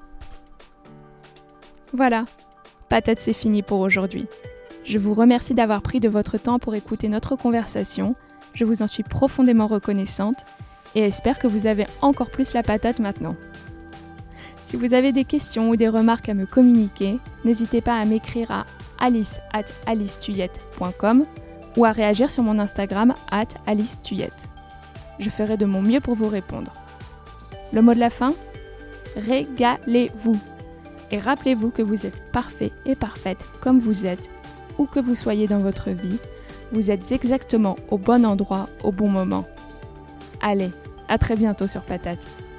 Voilà, Patates, c'est fini pour aujourd'hui. Je vous remercie d'avoir pris de votre temps pour écouter notre conversation. Je vous en suis profondément reconnaissante et espère que vous avez encore plus la patate maintenant. Si vous avez des questions ou des remarques à me communiquer, n'hésitez pas à m'écrire à alice@alicetuyette.com ou à réagir sur mon Instagram @alicetuyette. Je ferai de mon mieux pour vous répondre. Le mot de la fin? Régalez-vous. Et rappelez-vous que vous êtes parfait et parfaite comme vous êtes, où que vous soyez dans votre vie, vous êtes exactement au bon endroit, au bon moment. Allez, À très bientôt sur Patate.